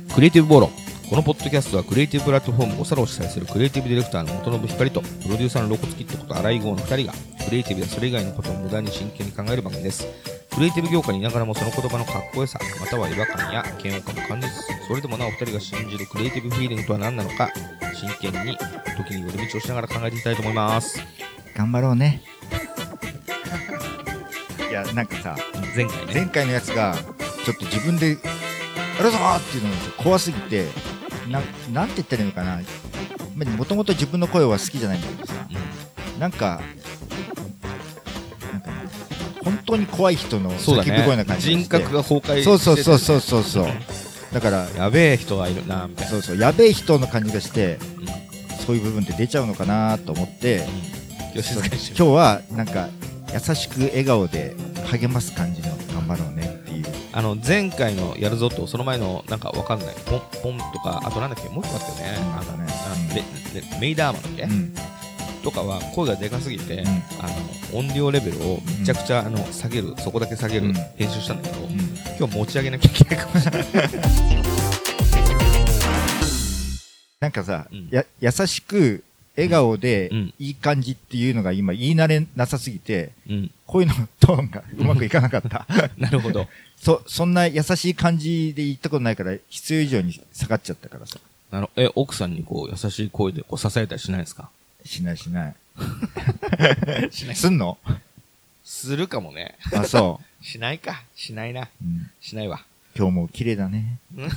クリエイティブ暴論。このポッドキャストはクリエイティブプラットフォームおさらを主催するクリエイティブディレクターの元信光とプロデューサーのロコツキットこと荒井剛の2人がクリエイティブやそれ以外のことを無駄に真剣に考える番組です。クリエイティブ業界にいながらもその言葉のかっこよさまたは違和感や嫌悪感も感じつつ、それでもなお2人が信じるクリエイティブフィーリングとは何なのか真剣に時に寄り道をしながら考えていきたいと思います。 頑張ろうね。いやなんかさ、前回のやつがちょっと自分であれぞーっていうのが怖すぎてなんて言ったらいいのかな。もともと自分の声は好きじゃないんだけどさ、なんか本当に怖い人の叫び声な感じがして、 人格が崩壊してそうだからやべえ人がいるなみたいな、 そうやべえ人の感じがして、そういう部分って出ちゃうのかなと思って、今日はなんか優しく笑顔で励ます感じの頑張ろうねっていう。 前回のやるぞとその前のなんかわかんないポンとか、あとなんだっけもう一個あったよね、メイダーマンだっけ、とかは声がでかすぎて、音量レベルをめちゃくちゃ下げる、そこだけ下げる編集したんだけど、今日持ち上げなきゃいけないかもしれないなんかさ、優しく笑顔でいい感じっていうのが今言い慣れなさすぎて、こういうのトーンがうまくいかなかったなるほど。 そんな優しい感じで言ったことないから必要以上に下がっちゃったからさ。 奥さんにこう優しい声でこう支えたりしないですか？ しないしないすんの？ するかもね。 あ、そうしないか。しないな、しないわ。 今日も綺麗だね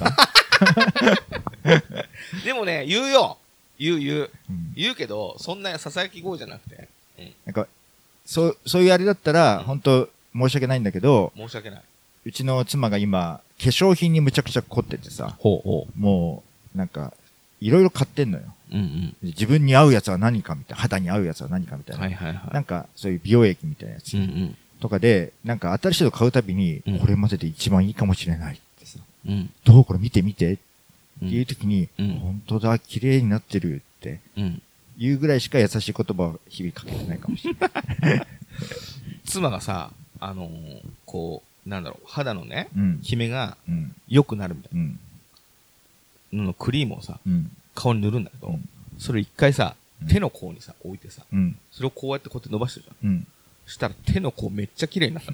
でもね、言うけど、そんなささやき声じゃなくて、 なんかそういうあれだったら、本当申し訳ないんだけど、 申し訳ない。 うちの妻が今化粧品にむちゃくちゃ凝っててさ、もうなんかいろいろ買ってんのよ。自分に合うやつは何かみたいな、肌に合うやつは何かみたいな、なんかそういう美容液みたいなやつ、とかで、なんか新しいの買うたびに、これまでで一番いいかもしれないってさ、どうこれ見てっていう時に、本当だ綺麗になってるっていうぐらいしか優しい言葉を日々かけてないかもしれない妻がさ、こうなんだろう、肌のね、キメが良くなるみたいなのクリームをさ、顔に塗るんだけど、それ一回さ、手の甲にさ置いてさ、それをこうやって伸ばしてるじゃん。したら手の甲めっちゃ綺麗にな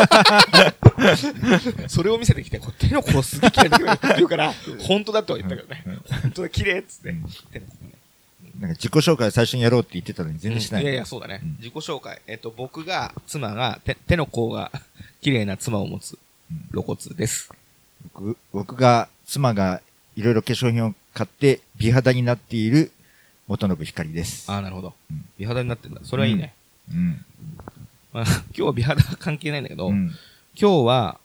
ったそれを見せてきて、手の甲すげえ綺麗になって言うから本当だとは言ったけどね、本当だ綺麗っつって、手の甲ね。 なんか自己紹介最初にやろうって言ってたのに全然しない。 いやそうだね、自己紹介。僕が妻が手の甲が綺麗な妻を持つ露骨です。 僕が妻がいろいろ化粧品を買って美肌になっている元信光です。 なるほど、美肌になってんだ。それはいいね。今日は美肌は関係ないんだけど、今日は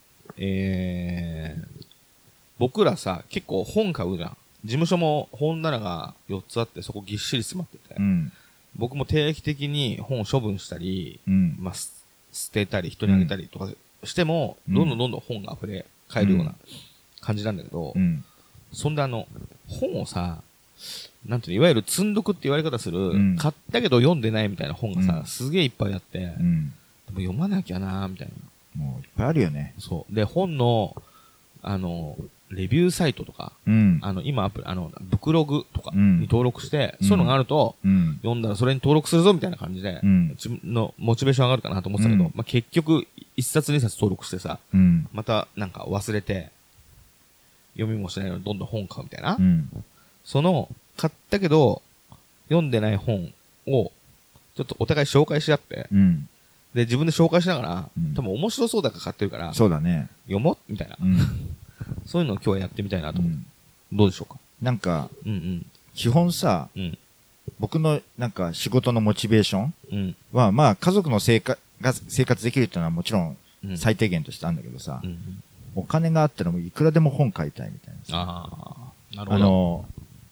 僕らさ結構本買うじゃん。事務所も本棚が4つあって、そこぎっしり詰まってて、僕も定期的に本を処分したり、捨てたり人にあげたりとかしても、どんどん本が溢れ買えるような感じなんだけど、そんで本をさ、なんていうの、いわゆる積んどくって言われ方する、買ったけど読んでないみたいな本がさ、すげえいっぱいあって、でも読まなきゃなーみたいな。 もういっぱいあるよね。 そう。で、本の、レビューサイトとか、今ブクログとかに登録して、そういうのがあると、読んだらそれに登録するぞみたいな感じで、自分のモチベーション上がるかなと思ってたけど、結局、1冊2冊登録してさ、またなんか忘れて、読みもしないのにどんどん本買うみたいな。その、買ったけど、読んでない本を、ちょっとお互い紹介し合って、で、自分で紹介しながら、多分面白そうだから買ってるから、 そうだね。 読もうみたいな。そういうのを今日はやってみたいなと思って。どうでしょうか。 なんか、基本さ、僕のなんか仕事のモチベーションは、まあ家族の生活できるっていうのはもちろん最低限としてあるんだけどさ、お金があったらもういくらでも本買いたいみたいな。 なるほど。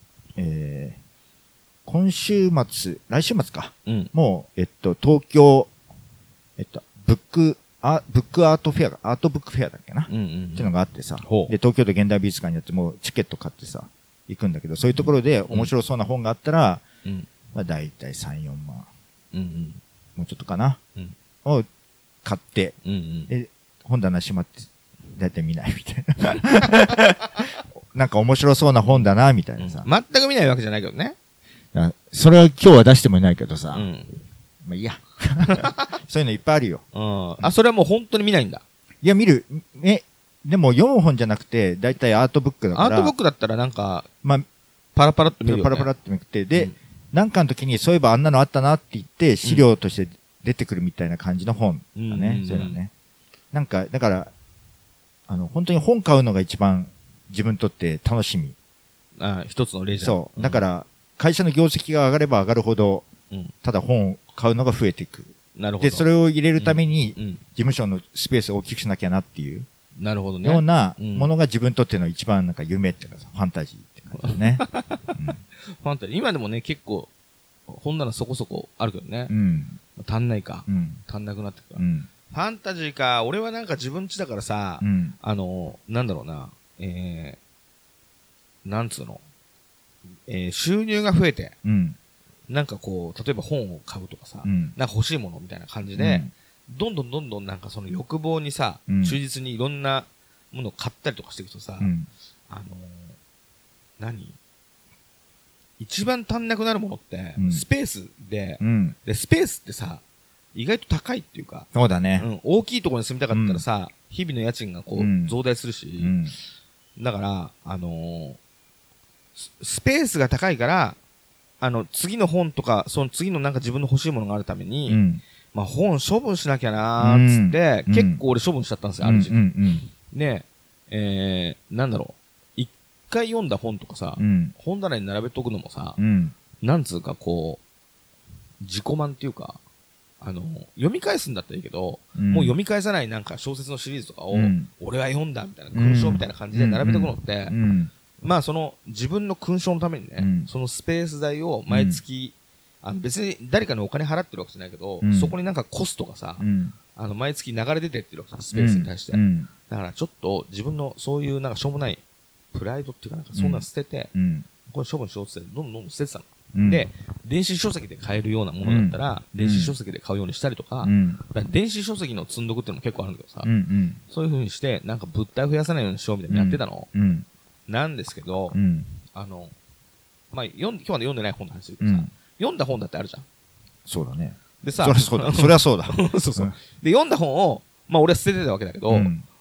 今週末、来週末か。もう、東京、ブックアートフェア、アートブックフェアだっけな、っていうのがあってさ、で、東京都現代美術館にやってもうチケット買ってさ、行くんだけど、そういうところで面白そうな本があったら、まあ大体3、4万、もうちょっとかな、を買って、で、本棚閉まって、大体見ないみたいな。 なんか面白そうな本だな、みたいなさ。 全く見ないわけじゃないけどね。 それは今日は出してもいないけどさ。まあいいや。そういうのいっぱいあるよ。 それはもう本当に見ないんだ。 いや、見る。でも読む本じゃなくて、だいたいアートブックだから。 アートブックだったらなんか、まあ、パラパラっと見るよね。 パラパラっと見て、で、なんかの時にそういえばあんなのあったなって言って、資料として出てくるみたいな感じの本だね。そういうのね。なんか、だから、本当に本買うのが一番自分にとって楽しみ。 一つの例じゃん。 そう。だから、会社の業績が上がれば上がるほど、ただ本を買うのが増えていく。 なるほど。 で、それを入れるために、事務所のスペースを大きくしなきゃなっていう。 なるほどね。 ようなものが自分にとっての一番なんか夢っていうかさ、ファンタジーって感じね。 ファンタジー。今でもね、結構、本棚そこそこあるけどね。足んないか。足んなくなってくる。ファンタジーか。俺はなんか自分家だからさ、なんだろうな、なんつうの、収入が増えて、なんかこう、例えば本を買うとかさ、なんか欲しいものみたいな感じで、どんどんなんかその欲望にさ、忠実にいろんなものを買ったりとかしていくとさ、一番足んなくなるものって、スペースで、で、スペースってさ、意外と高いっていうか、 そうだね。 大きいところに住みたかったらさ、日々の家賃がこう、増大するし、だから、スペースが高いから、次の本とか、その次のなんか自分の欲しいものがあるために、まあ本処分しなきゃなーっつって、結構俺処分しちゃったんですよ、ある時期。で、なんだろう。一回読んだ本とかさ、本棚に並べとくのもさ、なんつうかこう、自己満っていうか、読み返すんだったらいいけど、もう読み返さないなんか小説のシリーズとかを、俺は読んだみたいな、勲章みたいな感じで並べておくのって、まあその自分の勲章のためにね、そのスペース代を毎月、別に誰かにお金払ってるわけじゃないけど、そこになんかコストがさ、毎月流れ出てってるわけさ、スペースに対して。だからちょっと自分のそういうなんかしょうもないプライドっていうかなんかそんなの捨てて、これ処分しようってどんどん捨ててたの。で、電子書籍で買えるようなものだったら、電子書籍で買うようにしたりとか、電子書籍の積んどくっていうのも結構あるんだけどさ、そういう風にして、なんか物体を増やさないようにしようみたいなやってたの。なんですけど、まあ、今日まで読んでない本の話するけどさ、読んだ本だってあるじゃん。 そうだね。 でさ、 そりゃそうだ。 そうそう。で、読んだ本を、まあ俺は捨ててたわけだけど、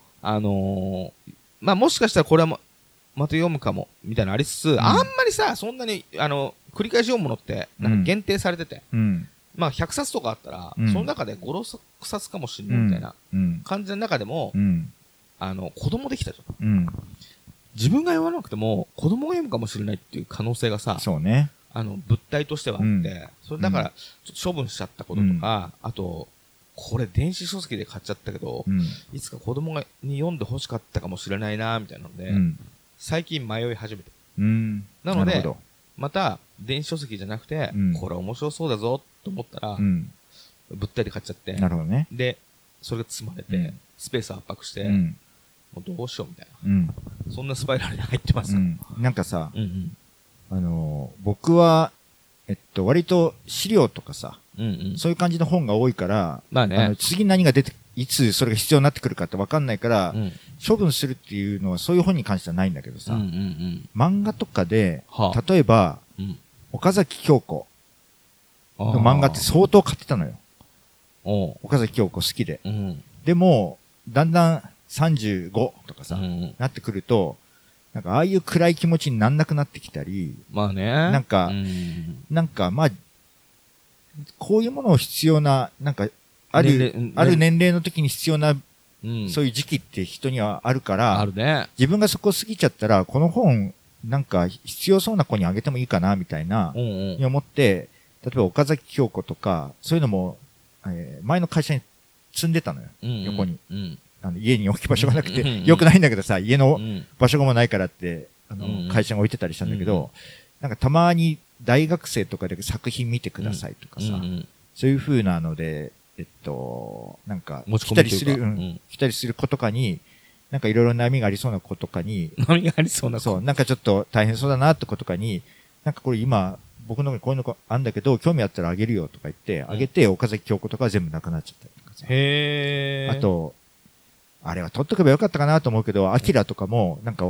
まあもしかしたらこれはまた読むかも、みたいなのありつつ、あんまりさ、そんなに、繰り返し読むものって、なんか限定されてて、まあ100冊とかあったら、その中で5、6冊かもしれないみたいな感じの中でも、子供できたじゃん。自分が読まなくても、子供が読むかもしれないっていう可能性がさ、 そうね。 物体としてはあって、それだから、ちょっと処分しちゃったこととか、あと、これ電子書籍で買っちゃったけど、いつか子供に読んで欲しかったかもしれないなみたいなので、最近迷い始めて。なので、また、電子書籍じゃなくて、これ面白そうだぞと思ったら、物体で買っちゃって、 なるほどね。 で、それが積まれて、スペース圧迫して、もうどうしようみたいな。そんなスパイラルに入ってます。 なんかさ、僕は、割と資料とかさ、そういう感じの本が多いから、 まあね、 次何がいつそれが必要になってくるかって分かんないから、処分するっていうのはそういう本に関してはないんだけどさ、漫画とかで、例えば、岡崎京子の漫画って相当買ってたのよ。岡崎京子好きで。でも、だんだん35とかさ、なってくると、なんかああいう暗い気持ちになんなくなってきたり、 まあね。 なんかまあ、こういうものを必要な、なんか、ある年齢の時に必要な、そういう時期って人にはあるから、自分がそこ過ぎちゃったら、この本、なんか必要そうな子にあげてもいいかな、みたいな、に思って、例えば岡崎京子とか、そういうのも、前の会社に積んでたのよ、横に。家に置き場所がなくて、よくないんだけどさ、家の場所がもないからって、会社が置いてたりしたんだけど、なんかたまに大学生とかで作品見てくださいとかさ、そういう風なので、なんか、来たりする子とかに、なんかいろいろ悩みがありそうな子とかに、 悩みがありそうな子。 そう、なんかちょっと大変そうだなって子とかに、なんかこれ今、僕のこういうのあんだけど、興味あったらあげるよとか言って、あげて、岡崎京子とかは全部なくなっちゃったりとかさ。あと、あれは取っとけばよかったかなと思うけど、アキラとかも、なんか、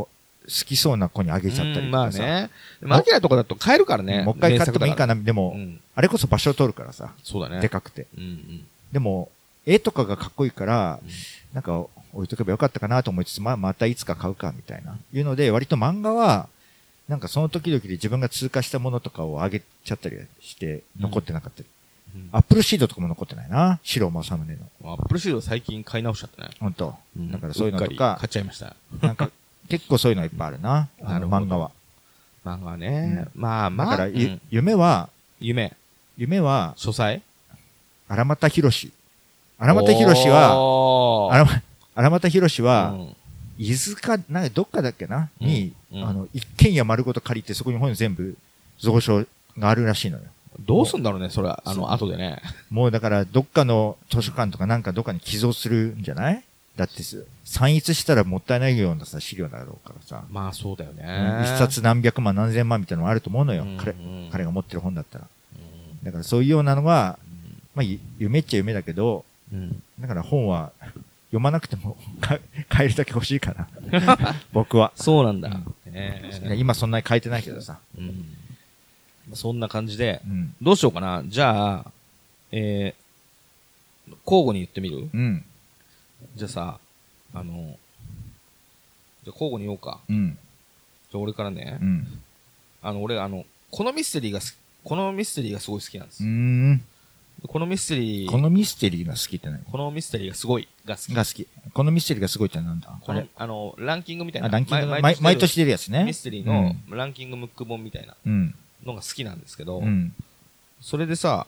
きそうな子にあげちゃったりとかさ。 まあね。アキラとかだと買えるからね。 もう一回買ってもいいかな。でも、あれこそ場所を取るからさ。 そうだね。 でかくて。でも、絵とかがかっこいいから、なんか置いとけばよかったかなと思いつつ、またいつか買うかみたいな。いうので、割と漫画は、なんかその時々で自分が通過したものとかをあげちゃったりして、残ってなかったり。アップルシードとかも残ってないな。白正宗の。アップルシード最近買い直しちゃったね。 ほんと。だからそういうのとか。 買っちゃいました。 なんか、結構そういうのいっぱいあるな。漫画は。 漫画ね。まあまあ。 だから、夢は、 書斎荒俣博士。荒俣博士は、荒俣博士は、伊豆か、どっかだっけなに、一軒家丸ごと借りて、そこに本全部、蔵書があるらしいのよ。 どうすんだろうね、それは、後でね。 もうだから、どっかの図書館とかなんかどっかに寄贈するんじゃない？だって、散逸したらもったいないようなさ、資料だろうからさ。 まあそうだよね。 一冊何百万何千万みたいなのがあると思うのよ。彼が持ってる本だったら。だからそういうようなのは、まあ夢っちゃ夢だけど、だから本は読まなくても買えるだけ欲しいかな。僕は。 そうなんだ。 今そんなに買えてないけどさ。 そんな感じで、どうしようかな。じゃあ、交互に言ってみる？じゃあさ、じゃあ交互に言おうか。じゃあ俺からね。俺、このミステリーがすごい好きなんです。このミステリーが好きって何？ このミステリーがすごいが好き。 このミステリーがすごいってなんだ？ この、ランキングみたいな。 ランキング毎年出るやつね。 ミステリーのランキングムック本みたいなのが好きなんですけど、それでさ、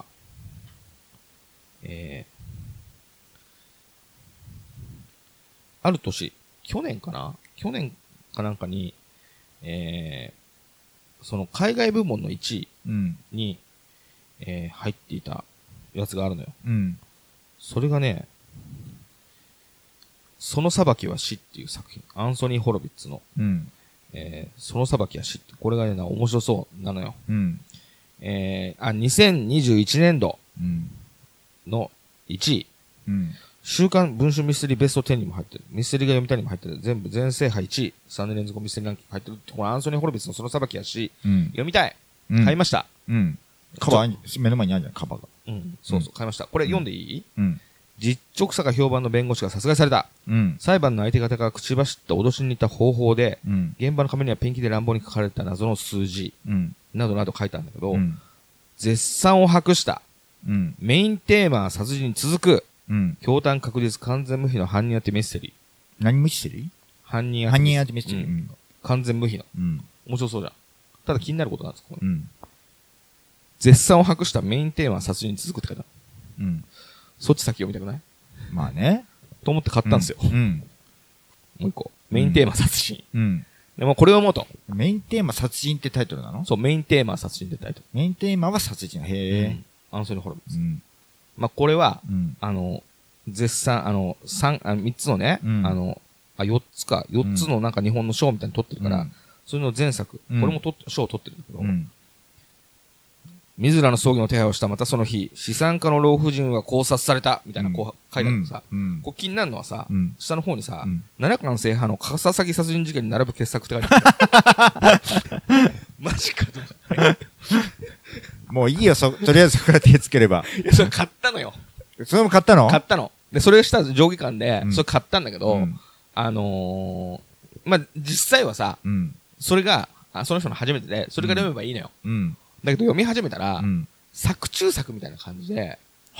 ある年、去年かなんかに、その海外部門の1位に、入っていたやつがあるのよ。それがね、その裁きは死っていう作品。アンソニー・ホロビッツの、その裁きは死って、これがね、面白そうなのよ。2021年度の1位。週刊文春ミステリーベスト10にも入ってる。ミステリーが読みたいにも入ってる。全制覇1位。3年連続ミステリーランキング入ってる。このアンソニー・ホロビッツのその裁きは死。読みたい。買いました。 カバー、目の前にあるじゃん、カバーが。 そうそう、買いました。これ読んでいい？実直さが評判の弁護士が殺害された。裁判の相手方が口走った脅しに似た方法で、現場の紙にはペンキで乱暴に書かれた謎の数字、などなど書いたんだけど、絶賛を博した。メインテーマは殺人に続く。驚嘆確実完全無比の犯人当てミステリー。 何ミステリー？ 犯人当てミステリー。 完全無比の。面白そうじゃん。ただ気になることなんですか？絶賛を博したメインテーマは殺人に続くって書いてある。そっち先読みたくない？ まあね。 と思って買ったんですよ。もう一個。メインテーマ殺人。でもこれを思うと。 メインテーマ殺人ってタイトルなの？ そう、メインテーマ殺人ってタイトル。 メインテーマは殺人。へえ。 アンソニー・ホロビッツ。まあ、これは、絶賛、3つのね、4つか、4つのなんか日本の賞みたいに取ってるから、それの前作、これも賞を取ってるんだけど、自らの葬儀の手配をしたまたその日、資産家の老婦人は絞殺された、みたいなこう書いてあるけどさ、こう気になるのはさ、下の方にさ、七冠制覇の笠崎殺人事件に並ぶ傑作って書いてある。マジかと。 もういいよ、とりあえずそこから手つければ。 いや、それ買ったのよ。 それも買ったの？ 買ったの。で、それをした上下巻で、それ買ったんだけど、まあ、実際はさ、それが、その人の初めてで、それから読めばいいのよ。だけど読み始めたら、作中作みたいな感じで、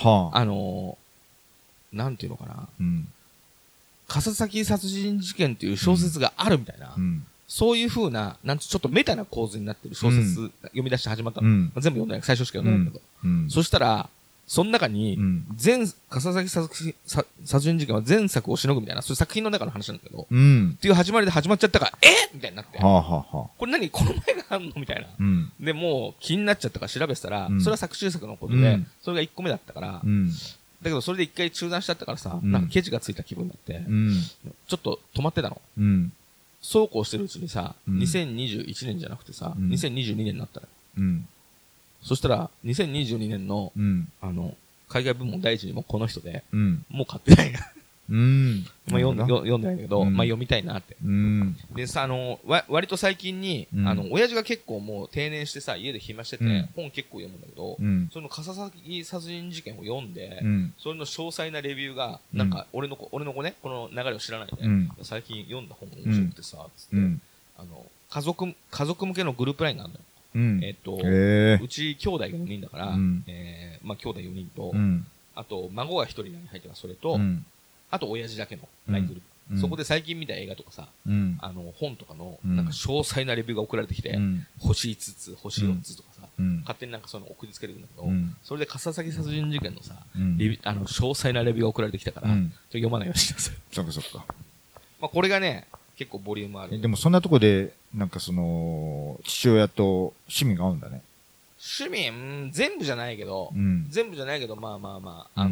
なんていうのかな、笠崎殺人事件っていう小説があるみたいな、そういう風な、ちょっとメタな構図になってる小説、読み出して始まったの。全部読んだよ。最初しか読んでないんだけど。そしたら、その中に、笠崎殺人事件は前作をしのぐみたいな、そういう作品の中の話なんだけど、っていう始まりで始まっちゃったから、みたいになって。これ何この前があんのみたいな。で、もう気になっちゃったから調べてたら、それは作中作のことで、それが1個目だったから、だけどそれで1回中断しちゃったからさ、なんかケチがついた気分になって、ちょっと止まってたの。そうこうしてるうちにさ、2021年じゃなくてさ、2022年になったの。そしたら、2022年の、海外部門第一にもこの人で、もう買ってない。 うん。 まあ読んでないけど、まあ読みたいなって。うん。でさ、割と最近に、親父が結構もう定年してさ、家で暇してて、本結構読むんだけど、その笠崎殺人事件を読んで、それの詳細なレビューが、なんか、俺の子ね、この流れを知らないで、最近読んだ本が面白くてさ、つって、家族向けのグループラインがあるのよ。うち兄弟が4人だから、まあ兄弟4人と、あと孫が1人入ってます、それと、あと親父だけのライングループ。そこで最近見た映画とかさ、本とかの、なんか詳細なレビューが送られてきて、星5つ、星4つとかさ、勝手になんかそういうの送りつけるんだけど、それで笠崎殺人事件のさ、詳細なレビューが送られてきたから、読まないようにしてください。 そっかそっか。 まあこれがね、結構ボリュームある。 でもそんなとこで、なんかその、父親と趣味が合うんだね。 趣味、全部じゃないけど、まあまあまあ、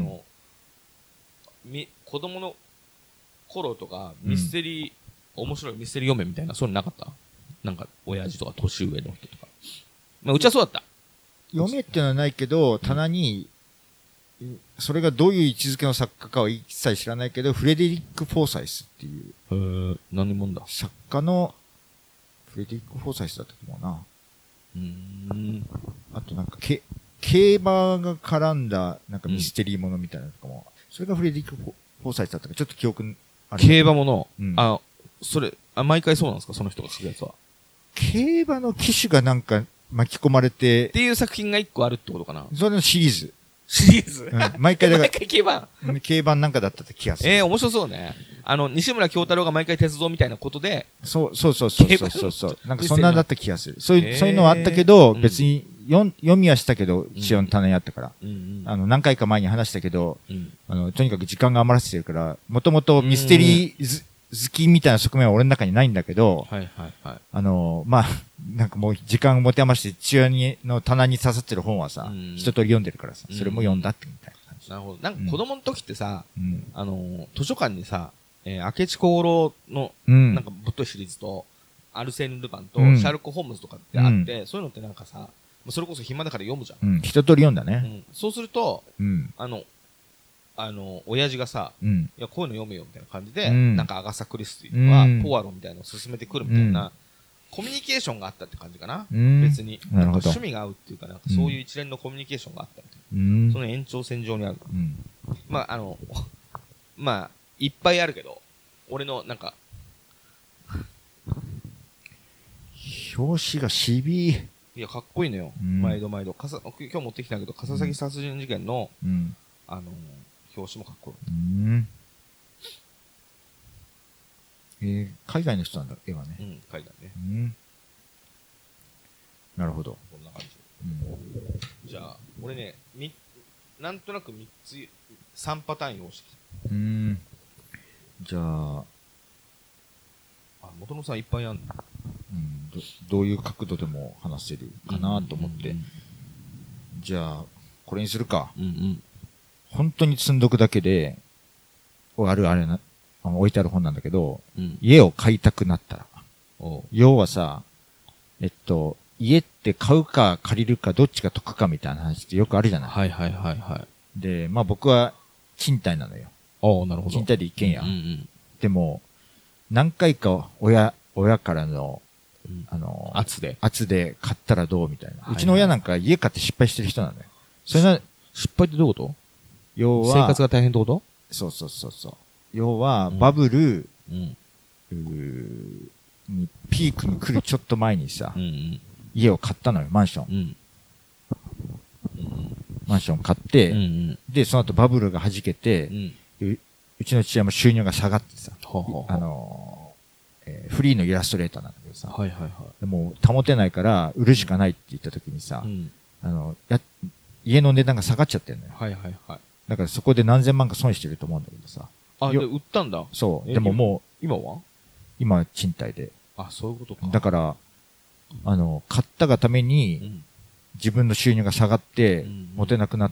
子供の頃とか、ミステリー、面白いミステリー読めみたいな、そういうのなかった？なんか、親父とか年上の人とか。まあ、うちはそうだった。 読めっていうのはないけど、棚に、それがどういう位置づけの作家かは一切知らないけど、フレデリック・フォーサイスっていう。 何者だ？ 作家の、フレデリック・フォーサイスだったと思うな。あとなんか、競馬が絡んだ、なんかミステリーものみたいなのとかも、それがフレデリック・フォーサイスだったか、ちょっと記憶ある。競馬もの、毎回そうなんですか、その人が作るやつは。 競馬の騎手がなんか巻き込まれて。 っていう作品が一個あるってことかな。 それのシリーズ。 毎回だから。毎回競馬なんかだったって気がする。 面白そうね。西村京太郎が毎回鉄道みたいなことで。 そう。なんかそんなんだった気がする。そういうのはあったけど、別に読みはしたけど、一応棚にあったから。何回か前に話したけど、とにかく時間が余らせてるから、もともとミステリー好きみたいな側面は俺の中にないんだけど、まあ、なんかもう時間を持て余して父親の棚に刺さってる本はさ、一通り読んでるからさ、それも読んだってみたいな感じ。 なるほど。なんか子供の時ってさ、図書館にさ、明智小五郎の、なんかぶっといシリーズと、アルセーヌ・ルパンと、シャーロック・ホームズとかってあって、そういうのってなんかさ、それこそ暇だから読むじゃん。 一通り読んだね。 そうすると、親父がさ、いや、こういうの読めよみたいな感じで、なんかアガサ・クリスティとか、ポアロみたいなのを進めてくるみたいな、コミュニケーションがあったって感じかな。別に。なんか趣味が合うっていうか、なんかそういう一連のコミュニケーションがあったみたいな。その延長線上にある。まあ、いっぱいあるけど、俺のなんか、 表紙がしびい。 いや、かっこいいのよ。毎度。今日持ってきたけど、笠崎殺人事件の、表紙もかっこいい。 海外の人なんだ、絵はね。 海外ね。 なるほど。 こんな感じ。じゃあ、俺ね、なんとなく3パターン用意してきた。 じゃあ、 元野さんいっぱいあるの？ どういう角度でも話せるかなと思って。じゃあ、これにするか。本当に積んどくだけで、置いてある本なんだけど、家を買いたくなったら。要はさ、家って買うか借りるかどっちが得かみたいな話ってよくあるじゃない。で、まあ僕は賃貸なのよ。 なるほど。 賃貸で一軒家。でも、何回か親からの、 圧で買ったらどうみたいな。うちの親なんか家買って失敗してる人なのよ。それな、 失敗ってどういうこと？ 要は、 生活が大変ってこと？ そう。要は、バブル、にピークに来るちょっと前にさ、家を買ったのよ、マンション。マンション買って、で、その後バブルが弾けて、うちの父親も収入が下がってさ、フリーのイラストレーターなんだけどさ、でも保てないから売るしかないって言った時にさ、家の値段が下がっちゃってるのよ。だからそこで何千万か損してると思うんだけどさ。 で、売ったんだ。 そう。でももう、今は賃貸で。 そういうことか。 だから、買ったがために、自分の収入が下がって、持てなくなって、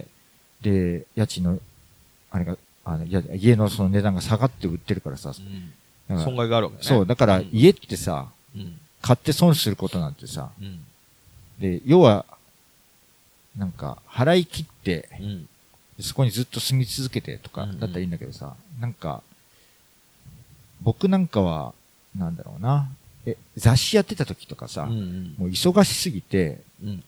で、家賃の、家のその値段が下がって売ってるからさ。 損害があるわけね。 そう。だから、家ってさ、買って損することなんてさ、で、要は、なんか、払い切って、 そこにずっと住み続けてとかだったらいいんだけどさ、なんか、僕なんかは、なんだろうな、雑誌やってた時とかさ、もう忙しすぎて、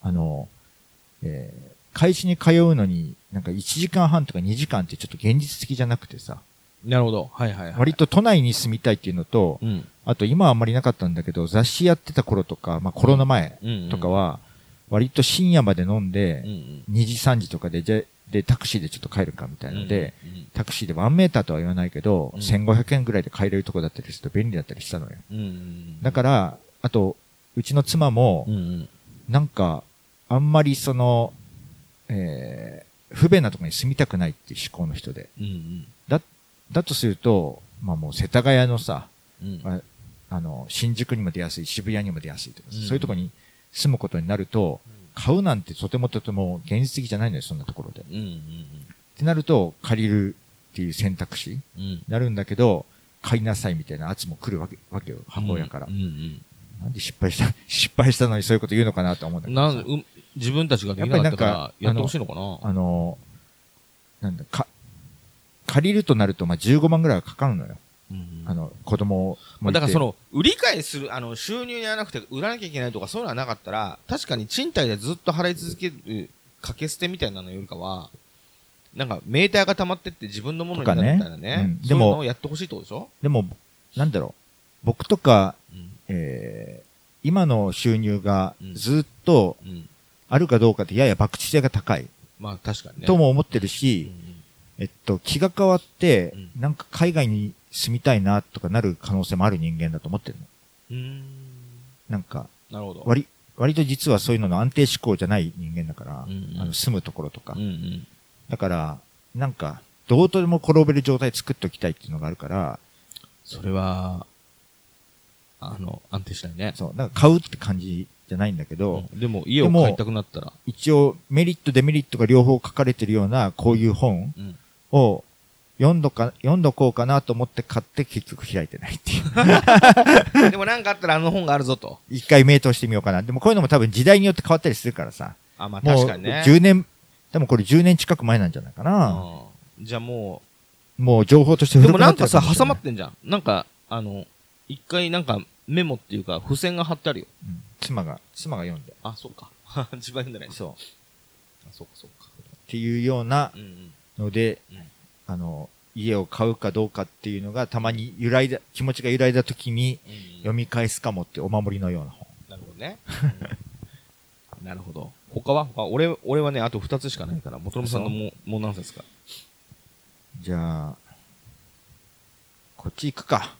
会社に通うのに、なんか1時間半とか2時間ってちょっと現実的じゃなくてさ、 なるほど。はいはいはい。 割と都内に住みたいっていうのと、あと今はあんまりなかったんだけど、雑誌やってた頃とか、まあコロナ前とかは、割と深夜まで飲んで、2時3時とかで、タクシーでちょっと帰るかみたいなので、タクシーで1メーターとは言わないけど、1500円ぐらいで帰れるとこだったりすると便利だったりしたのよ。だから、あと、うちの妻も、なんか、あんまりその、不便なところに住みたくないっていう思考の人で。だとすると、まあもう世田谷のさ、新宿にも出やすい、渋谷にも出やすいとか、そういうところに住むことになると、買うなんてとても現実的じゃないのよ、そんなところで。ってなると、借りるっていう選択肢になるんだけど、買いなさいみたいな圧も来るわけよ、母親から。なんで失敗したのにそういうこと言うのかなと思うんだけど。 自分たちができなかったからやってほしいのかな。 なんだ、借りるとなると、まあ、15万ぐらいはかかるのよ。子供も。だから売り買いする、収入に合わなくて売らなきゃいけないとかそういうのはなかったら、確かに賃貸でずっと払い続ける掛け捨てみたいなのよりかは、なんかメーターが溜まってって自分のものになるみたいなね。でも、そういうのをやってほしいってことでしょ？ でも、なんだろう。僕とか、今の収入がずっとあるかどうかってやや博打性が高い。 まあ確かにね。 とも思ってるし、気が変わって、なんか海外に住みたいなとかなる可能性もある人間だと思ってるの。なんか、 なるほど。 割と実はそういうのの安定志向じゃない人間だから、住むところとか。だから、なんか、どうとでも転べる状態作っておきたいっていうのがあるから、 それは、安定しないね。 そう。なんか買うって感じじゃないんだけど、 でも家を買いたくなったら。 一応、メリット、デメリットが両方書かれてるような、こういう本を読んどこうかなと思って買って結局開いてないっていう。 でもなんかあったら本があるぞと。 一回名答してみようかな。でもこういうのも多分時代によって変わったりするからさ。 あ、まあ確かにね。 もう10年、多分これ10年近く前なんじゃないかな。 じゃあもう情報として古くなってる。でもなんかさ、挟まってんじゃん。なんか、一回なんかメモっていうか、付箋が貼ってあるよ。 妻が読んで。 あ、そうか。自分読んでない。 そう。 あ、そうかそうか。 っていうようなので、家を買うかどうかっていうのがたまに気持ちが揺らいだ時に読み返すかもってお守りのような本。 なるほどね。なるほど。他は俺はね、あと2つしかないから、元野さんのもう何冊か。 じゃあ、こっち行くか。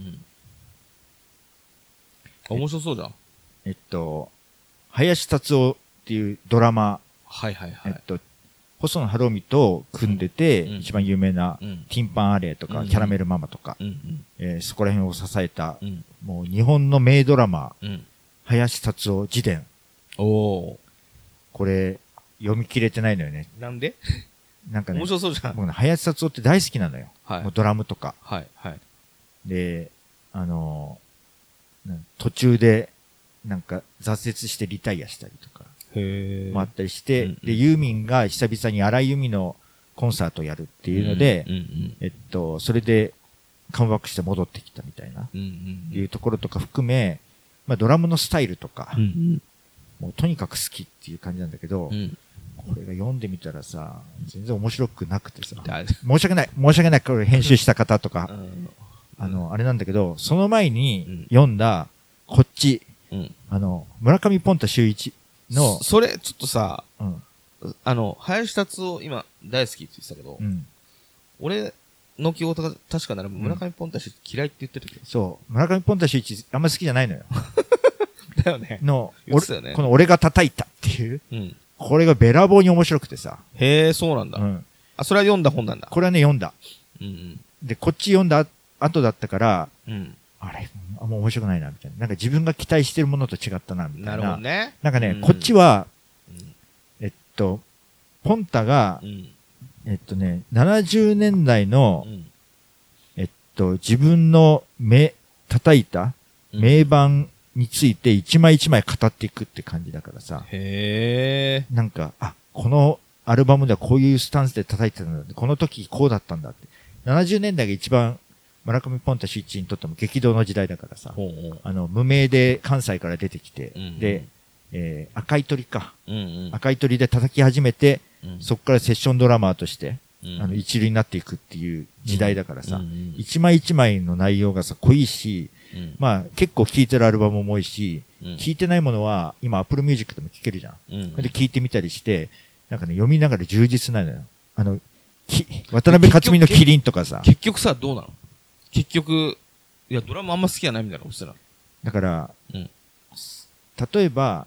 面白そうじゃん。 林達夫っていうドラマ。 はいはいはい。 細野晴臣と組んでて、一番有名な、ティンパンアレイとか、キャラメルママとか、そこら辺を支えた、もう日本の名ドラマ、林達夫自伝。これ、読み切れてないのよね。 なんで？ なんかね、 面白そうじゃん。 僕ね、林達夫って大好きなのよ。もうドラムとか。で、途中で、なんか挫折してリタイアしたりとか。もあったりして、で、ユーミンが久々に荒井由実のコンサートをやるっていうので、それでカムバックして戻ってきたみたいな、いうところとか含め、まあドラムのスタイルとか、もうとにかく好きっていう感じなんだけど、これが読んでみたらさ、全然面白くなくてさ、申し訳ない、これ編集した方とか、あれなんだけど、その前に読んだ、こっち、村上ポンタ秀一、 それ、ちょっとさ、林達夫今大好きって言ってたけど、俺の記憶が確かなら村上ポンタ氏嫌いって言ってるけど。 そう。村上ポンタ氏あんま好きじゃないのよ。 だよね。 この俺が叩いたっていう。これがべらぼうに面白くてさ。 へえ、そうなんだ。あ、それは読んだ本なんだ。 これはね、読んだ。で、こっち読んだ後だったから、あれ、あんま面白くないな、みたいな。なんか自分が期待してるものと違ったな、みたいな。 なるほどね。 なんかね、こっちは、ポンタが、70年代の、自分の叩いた名盤について一枚一枚語っていくって感じだからさ。 へー。 なんか、このアルバムではこういうスタンスで叩いてたんだ。この時こうだったんだって。70年代が一番村上ポンタ秀一にとっても激動の時代だからさ。無名で関西から出てきて、で、赤い鳥か、赤い鳥で叩き始めて、そこからセッションドラマーとして、一流になっていくっていう時代だからさ、一枚一枚の内容がさ、濃いし、まあ結構聴いてるアルバムも多いし、聴いてないものは今 Apple Music でも聴けるじゃん。で聴いてみたりして、なんかね、読みながら充実なのよ。渡辺克実のキリンとかさ。 結局さ、どうなの？結局、いや、ドラムあんま好きじゃないみたいなことしたら。 だから、例えば、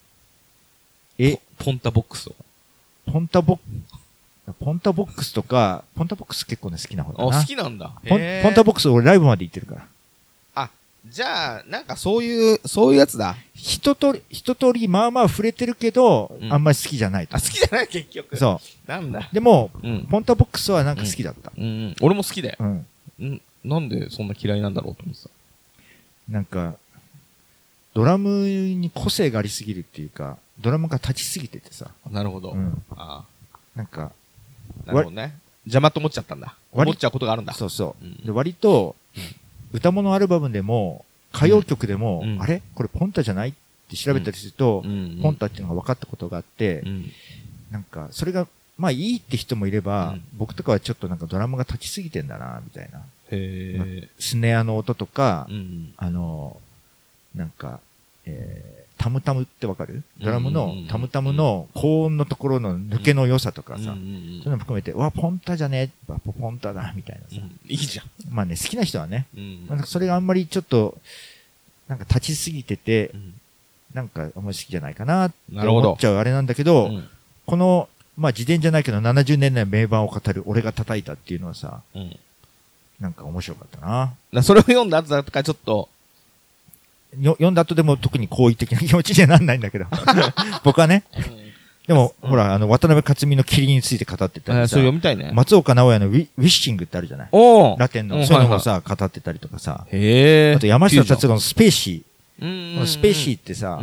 ポンタボックスとか。 ポンタボックスとか、ポンタボックス結構ね、好きな方だな。 好きなんだ。 ポンタボックス俺ライブまで行ってるから。 あ、じゃあ、なんかそういうやつだ。 一通りまあまあ触れてるけど、あんまり好きじゃないと。 好きじゃない結局。 そう。 なんだ。 でも、ポンタボックスはなんか好きだった。 俺も好きだよ。なんでそんな嫌いなんだろうと思ってた。 なんか、ドラムに個性がありすぎるっていうか、ドラムが立ちすぎててさ。 なるほど。 なんか、 なるほどね。邪魔と思っちゃったんだ。思っちゃうことがあるんだ。 そうそう。で割と、歌物アルバムでも、歌謡曲でも、あれこれポンタじゃないって調べたりすると、ポンタっていうのが分かったことがあって、なんか、それが、まあいいって人もいれば、僕とかはちょっとなんかドラムが立ちすぎてんだな、みたいな。スネアの音とか、なんか、タムタムってわかる？ドラムのタムタムの高音のところの抜けの良さとかさ、そういうのも含めて、うわ、ポンタじゃねえ、ポンタだ、みたいなさ。 いいじゃん。 まあね、好きな人はね、なんかそれがあんまりちょっと、なんか立ちすぎてて、なんかあんまり好きじゃないかなって思っちゃうあれなんだけど、この、まあ自伝じゃないけど70年代の名盤を語る俺が叩いたっていうのはさ、なんか面白かったな。 それを読んだ後だからちょっと、 読んだ後でも特に好意的な気持ちにはなんないんだけど。僕はね。でも、ほら、渡辺克実の霧について語ってたりさ。 それ読みたいね。 松岡直哉のウィッシングってあるじゃない。ラテンの。そういうのもさ、語ってたりとかさ。あと山下達郎のスペーシー。スペーシーってさ、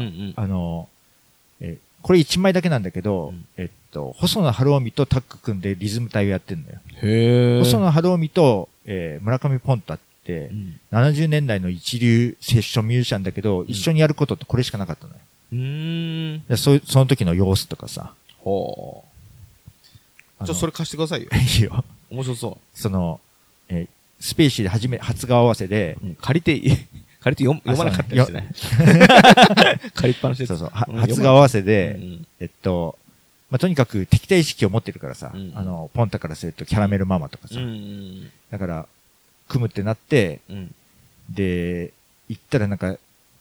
これ1枚だけなんだけど、細野晴臣とタッグ組んでリズム隊をやってんだよ。細野晴臣と、村上ポンタって、70年代の一流セッションミュージシャンだけど、一緒にやることってこれしかなかったのよ。その時の様子とかさ。 ほう。それ貸してくださいよ。 いいよ。 面白そう。 スペーシーで初顔合わせで、 借りて読まなかったりしてね。借りっぱなしで。 そうそう。初顔合わせで、まあ、とにかく敵対意識を持ってるからさ、ポンタからするとキャラメルママとかさ。だから、組むってなって、で、行ったらなんか、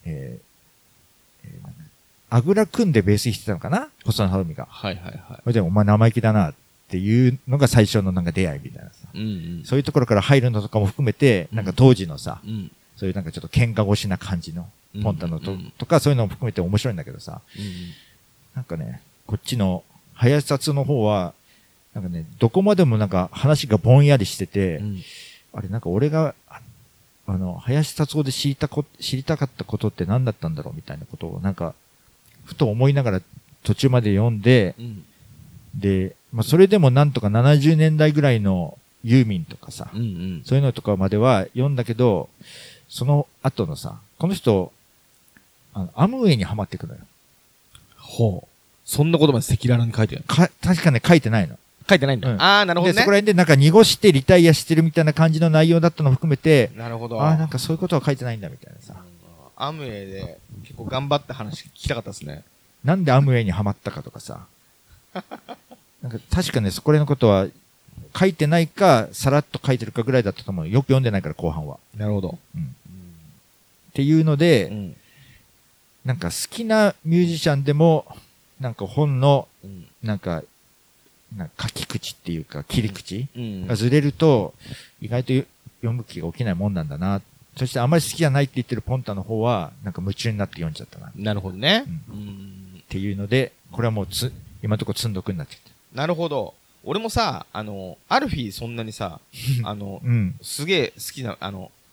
あぐら組んでベース弾いてたのかな細野晴臣が。 はいはいはい。 それでお前生意気だなっていうのが最初のなんか出会いみたいなさ。そういうところから入るのとかも含めて、なんか当時のさ、そういうなんかちょっと喧嘩腰な感じの、ポンタのとかそういうのも含めて面白いんだけどさ、なんかね、こっちの、林達の方は、なんかね、どこまでもなんか話がぼんやりしてて、あれなんか俺が、林達夫で知りたかったことって何だったんだろうみたいなことをなんか、ふと思いながら途中まで読んで、で、まあそれでもなんとか70年代ぐらいのユーミンとかさ、そういうのとかまでは読んだけど、その後のさ、この人、アムウェイにハマっていくのよ。 ほう。そんなことまで赤裸々に書いてる確かね、書いてないの。 書いてないんだ。ああ、なるほどね。 で、そこら辺でなんか濁してリタイアしてるみたいな感じの内容だったのも含めて、 なるほど。 ああ、なんかそういうことは書いてないんだみたいなさ。 アムウェイで結構頑張った話聞きたかったですね。 なんでアムウェイにハマったかとかさ。なんか確かね、そこら辺のことは書いてないか、さらっと書いてるかぐらいだったと思う。よく読んでないから後半は。 なるほど。 っていうので、なんか好きなミュージシャンでも、なんか本の、なんか書き口っていうか切り口がずれると、意外と読む気が起きないもんなんだな。そしてあまり好きじゃないって言ってるポンタの方は、なんか夢中になって読んじゃったな。 なるほどね。 っていうので、これはもう今のところ積んどくになっちゃった。 なるほど。俺もさ、アルフィーそんなにさ、すげえ好きな、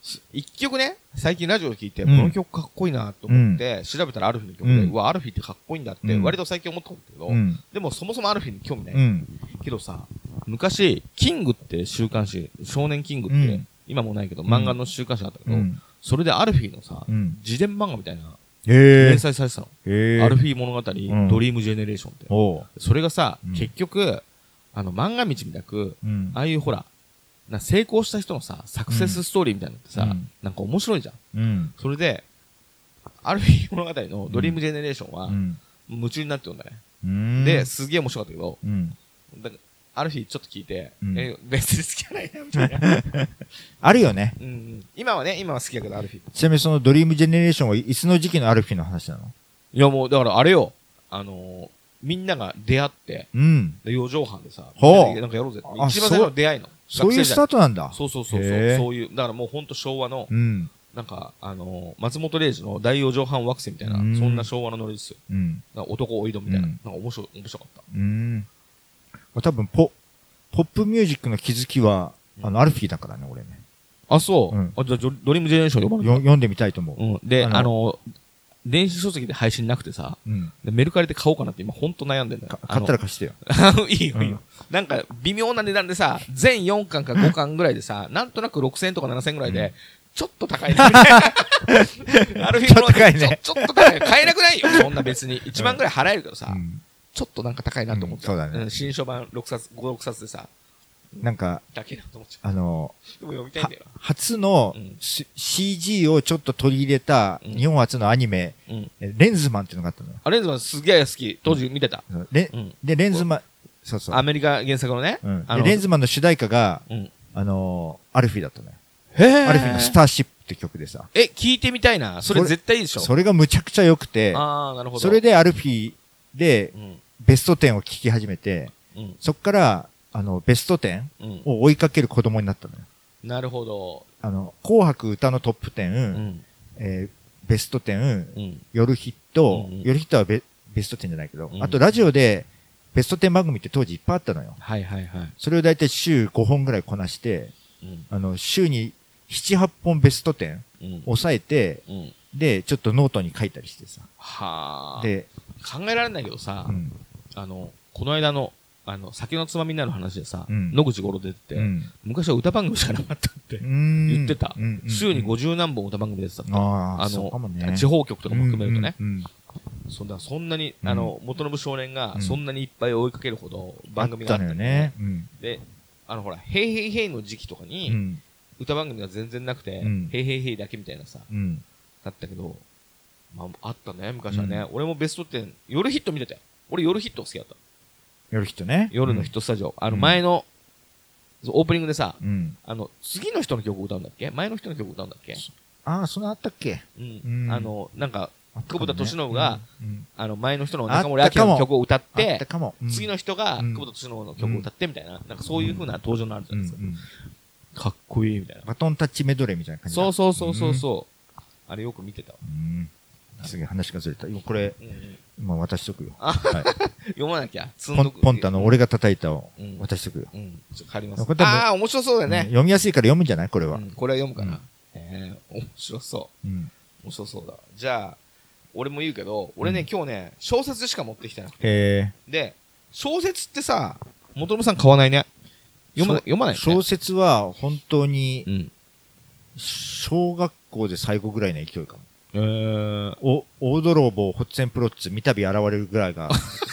一曲ね、最近ラジオで聞いて、この曲かっこいいなと思って、調べたらアルフィーの曲で、うわ、アルフィーってかっこいいんだって、割と最近思ったんだけど、でもそもそもアルフィーに興味ない。けどさ、昔、キングって週刊誌、少年キングって、今もないけど、漫画の週刊誌あったけど、それでアルフィーのさ、自伝漫画みたいな、連載されてたの。アルフィー物語、ドリームジェネレーションって。それがさ、結局、漫画道みたく、ああいうほら、成功した人のさ、サクセスストーリーみたいなのってさ、なんか面白いじゃん。それで、アルフィー物語のドリームジェネレーションは、夢中になってるんだね。で、すげえ面白かったけど、アルフィーちょっと聞いて、別に好きじゃないな、みたいな。 あるよね。 今は好きだけど、アルフィー。 ちなみにそのドリームジェネレーションはいつの時期のアルフィーの話なの？ いやもう、だからあれよ、みんなが出会って、四畳半でさ、なんかやろうぜって。一番最初の出会いの。 そういうスタートなんだ。 そう。そういう、だからもうほんと昭和の、なんか、松本零士の大四畳半惑星みたいな、そんな昭和のノリですよ。男おいどみたいな。なんか面白かった。 多分ポップミュージックの気づきは、アルフィーだからね、俺ね。 あ、そう。じゃあ、ドリームジェネレーション読んでみたいと思う。で、電子書籍で配信なくてさ、メルカリで買おうかなって今ほんと悩んでんだよ。 買ったら貸してよ。 いいよ。なんか微妙な値段でさ、全4巻か5巻ぐらいでさ、なんとなく6000円とか7000円ぐらいで、ちょっと高いね。アルフィーの高いね。ちょっと高い。買えなくないよ。そんな別に。1万ぐらい払えるけどさ、ちょっとなんか高いなと思って。 そうだね。 新書版6冊、5、6冊でさ、 なんか、 だけなと思っちゃう。でも読みたいんだよ。 初の CG をちょっと取り入れた日本初のアニメ、レンズマンっていうのがあったのよ。 レンズマンすげえ好き。当時見てた。 で、レンズマン、そう。 アメリカ原作のね。 レンズマンの主題歌が、アルフィーだったのよ。アルフィーのスターシップって曲でさ。 聞いてみたいな。それ絶対いいでしょ。 それがむちゃくちゃ良くて、 なるほど。 それでアルフィーで、ベスト10を聴き始めて、そっから、ベスト10を追いかける子供になったのよ。 なるほど。 紅白歌のトップ10、ベスト10、夜ヒット、夜ヒットはベスト10じゃないけど、あとラジオでベスト10番組って当時いっぱいあったのよ。それをだいたい週5本ぐらいこなして、週に7、8本ベスト10抑えて、で、ちょっとノートに書いたりしてさ。 で、考えられないけどさ、この間の、酒のつまみになる話でさ、野口五郎出てて、昔は歌番組しかなかったって言ってた。週に50何本歌番組出てたって。地方局とかも含めるとね。そんなに、元信少年がそんなにいっぱい追いかけるほど番組があったのよね。で、ほら、ヘイヘイヘイの時期とかに、歌番組が全然なくて、ヘイヘイヘイだけみたいなさ、だったけど、あったね、昔はね。俺もベスト10、夜ヒット見てたよ。俺夜ヒット好きだった。 夜ヒットね。 夜のヒットスタジオ。前の、オープニングでさ、次の人の曲を歌うんだっけ？前の人の曲を歌うんだっけ？ そんなあったっけ？ なんか、久保田利伸が、前の人の中森明菜の曲を歌って、次の人が久保田利伸の曲を歌ってみたいな、なんかそういう風な登場になるじゃないですか。かっこいいみたいな。 バトンタッチメドレーみたいな感じ。 そう。あれよく見てたわ。 すげえ話がずれた。今これ、今渡しとくよ。 読まなきゃ。 ポンタの俺が叩いたを渡しとくよ。 ちょっと借ります。面白そうだよね。 読みやすいから読むんじゃないこれは。 これは読むかな。面白そう。面白そうだ。じゃあ、俺も言うけど、俺ね、今日ね、小説しか持ってきてなくて。で、小説ってさ、元信さん買わないね。読まないね。 小説は本当に、小学校で最後ぐらいの勢いかも。大泥棒、ホッツェンプロッツ、三度現れるぐらいが、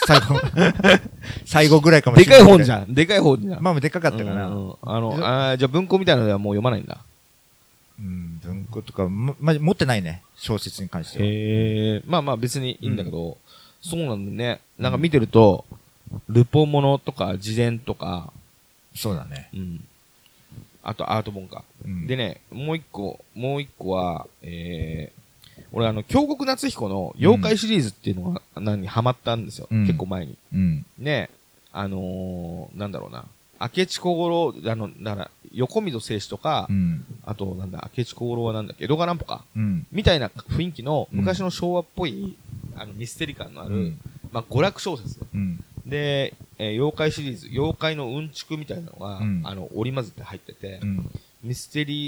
最後ぐらいかもしれない。 でかい本じゃん。でかい本じゃん。 まあ、でかかったかな。 じゃあ文庫みたいなのではもう読まないんだ。 文庫とか、持ってないね。小説に関しては。まあ別にいいんだけど、そうなんだね。なんか見てると、ルポものとか、自伝とか。 そうだね。 あとアート本か。でね、もう一個は、俺京極夏彦の妖怪シリーズっていうのがにハマったんですよ。結構前に。ね、なんだろうな。明智小五郎、だから横溝正史とか、あとなんだ、明智小五郎はなんだっけ、江戸川乱歩か。みたいな雰囲気の昔の昭和っぽい、ミステリー感のある、まあ娯楽小説。で、妖怪シリーズ、妖怪のうんちくみたいなのが、織り交ぜて入ってて、ミステリー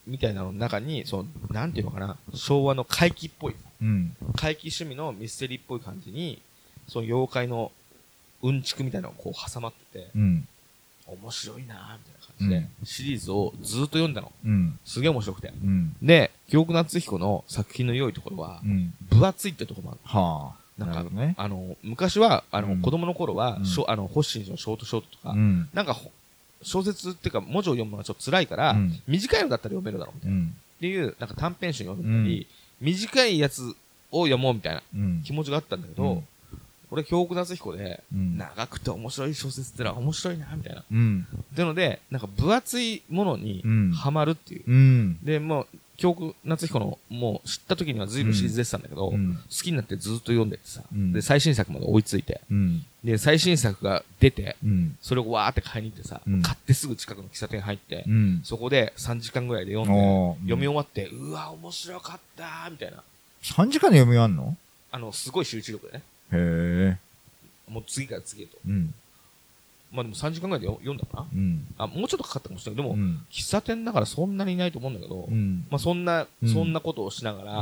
みたいなの中に、なんていうのかな、昭和の怪奇っぽい、怪奇趣味のミステリーっぽい感じに、その妖怪のうんちくみたいなのがこう挟まってて、面白いなーみたいな感じで、シリーズをずっと読んだの。すげえ面白くて。で、京極夏彦の作品の良いところは、分厚いってところもある。なんか、昔は、子供の頃は、ホッシーのショートショートとか、なんか、小説っていうか、文字を読むのがちょっと辛いから、短いのだったら読めるだろうみたいな。っていう、なんか短編集読んだり、短いやつを読もうみたいな気持ちがあったんだけど、俺、京極夏彦で、長くて面白い小説ってのは面白いな、みたいな。ってので、なんか分厚いものにハマるっていう。で、もう、京極夏彦の、もう知った時には随分シリーズ出てたんだけど、好きになってずっと読んでてさ、で、最新作まで追いついて、で、最新作が出て、それをわーって買いに行ってさ、買ってすぐ近くの喫茶店入って、そこで3時間ぐらいで読んで、読み終わって、うわ、面白かったーみたいな。 3時間で読み終わんの？ すごい集中力でね。 へー。もう次から次へと。まあでも3時間ぐらいで読んだかな、もうちょっとかかったかもしれないけど、でも、喫茶店だからそんなにいないと思うんだけど、まあそんなことをしながら、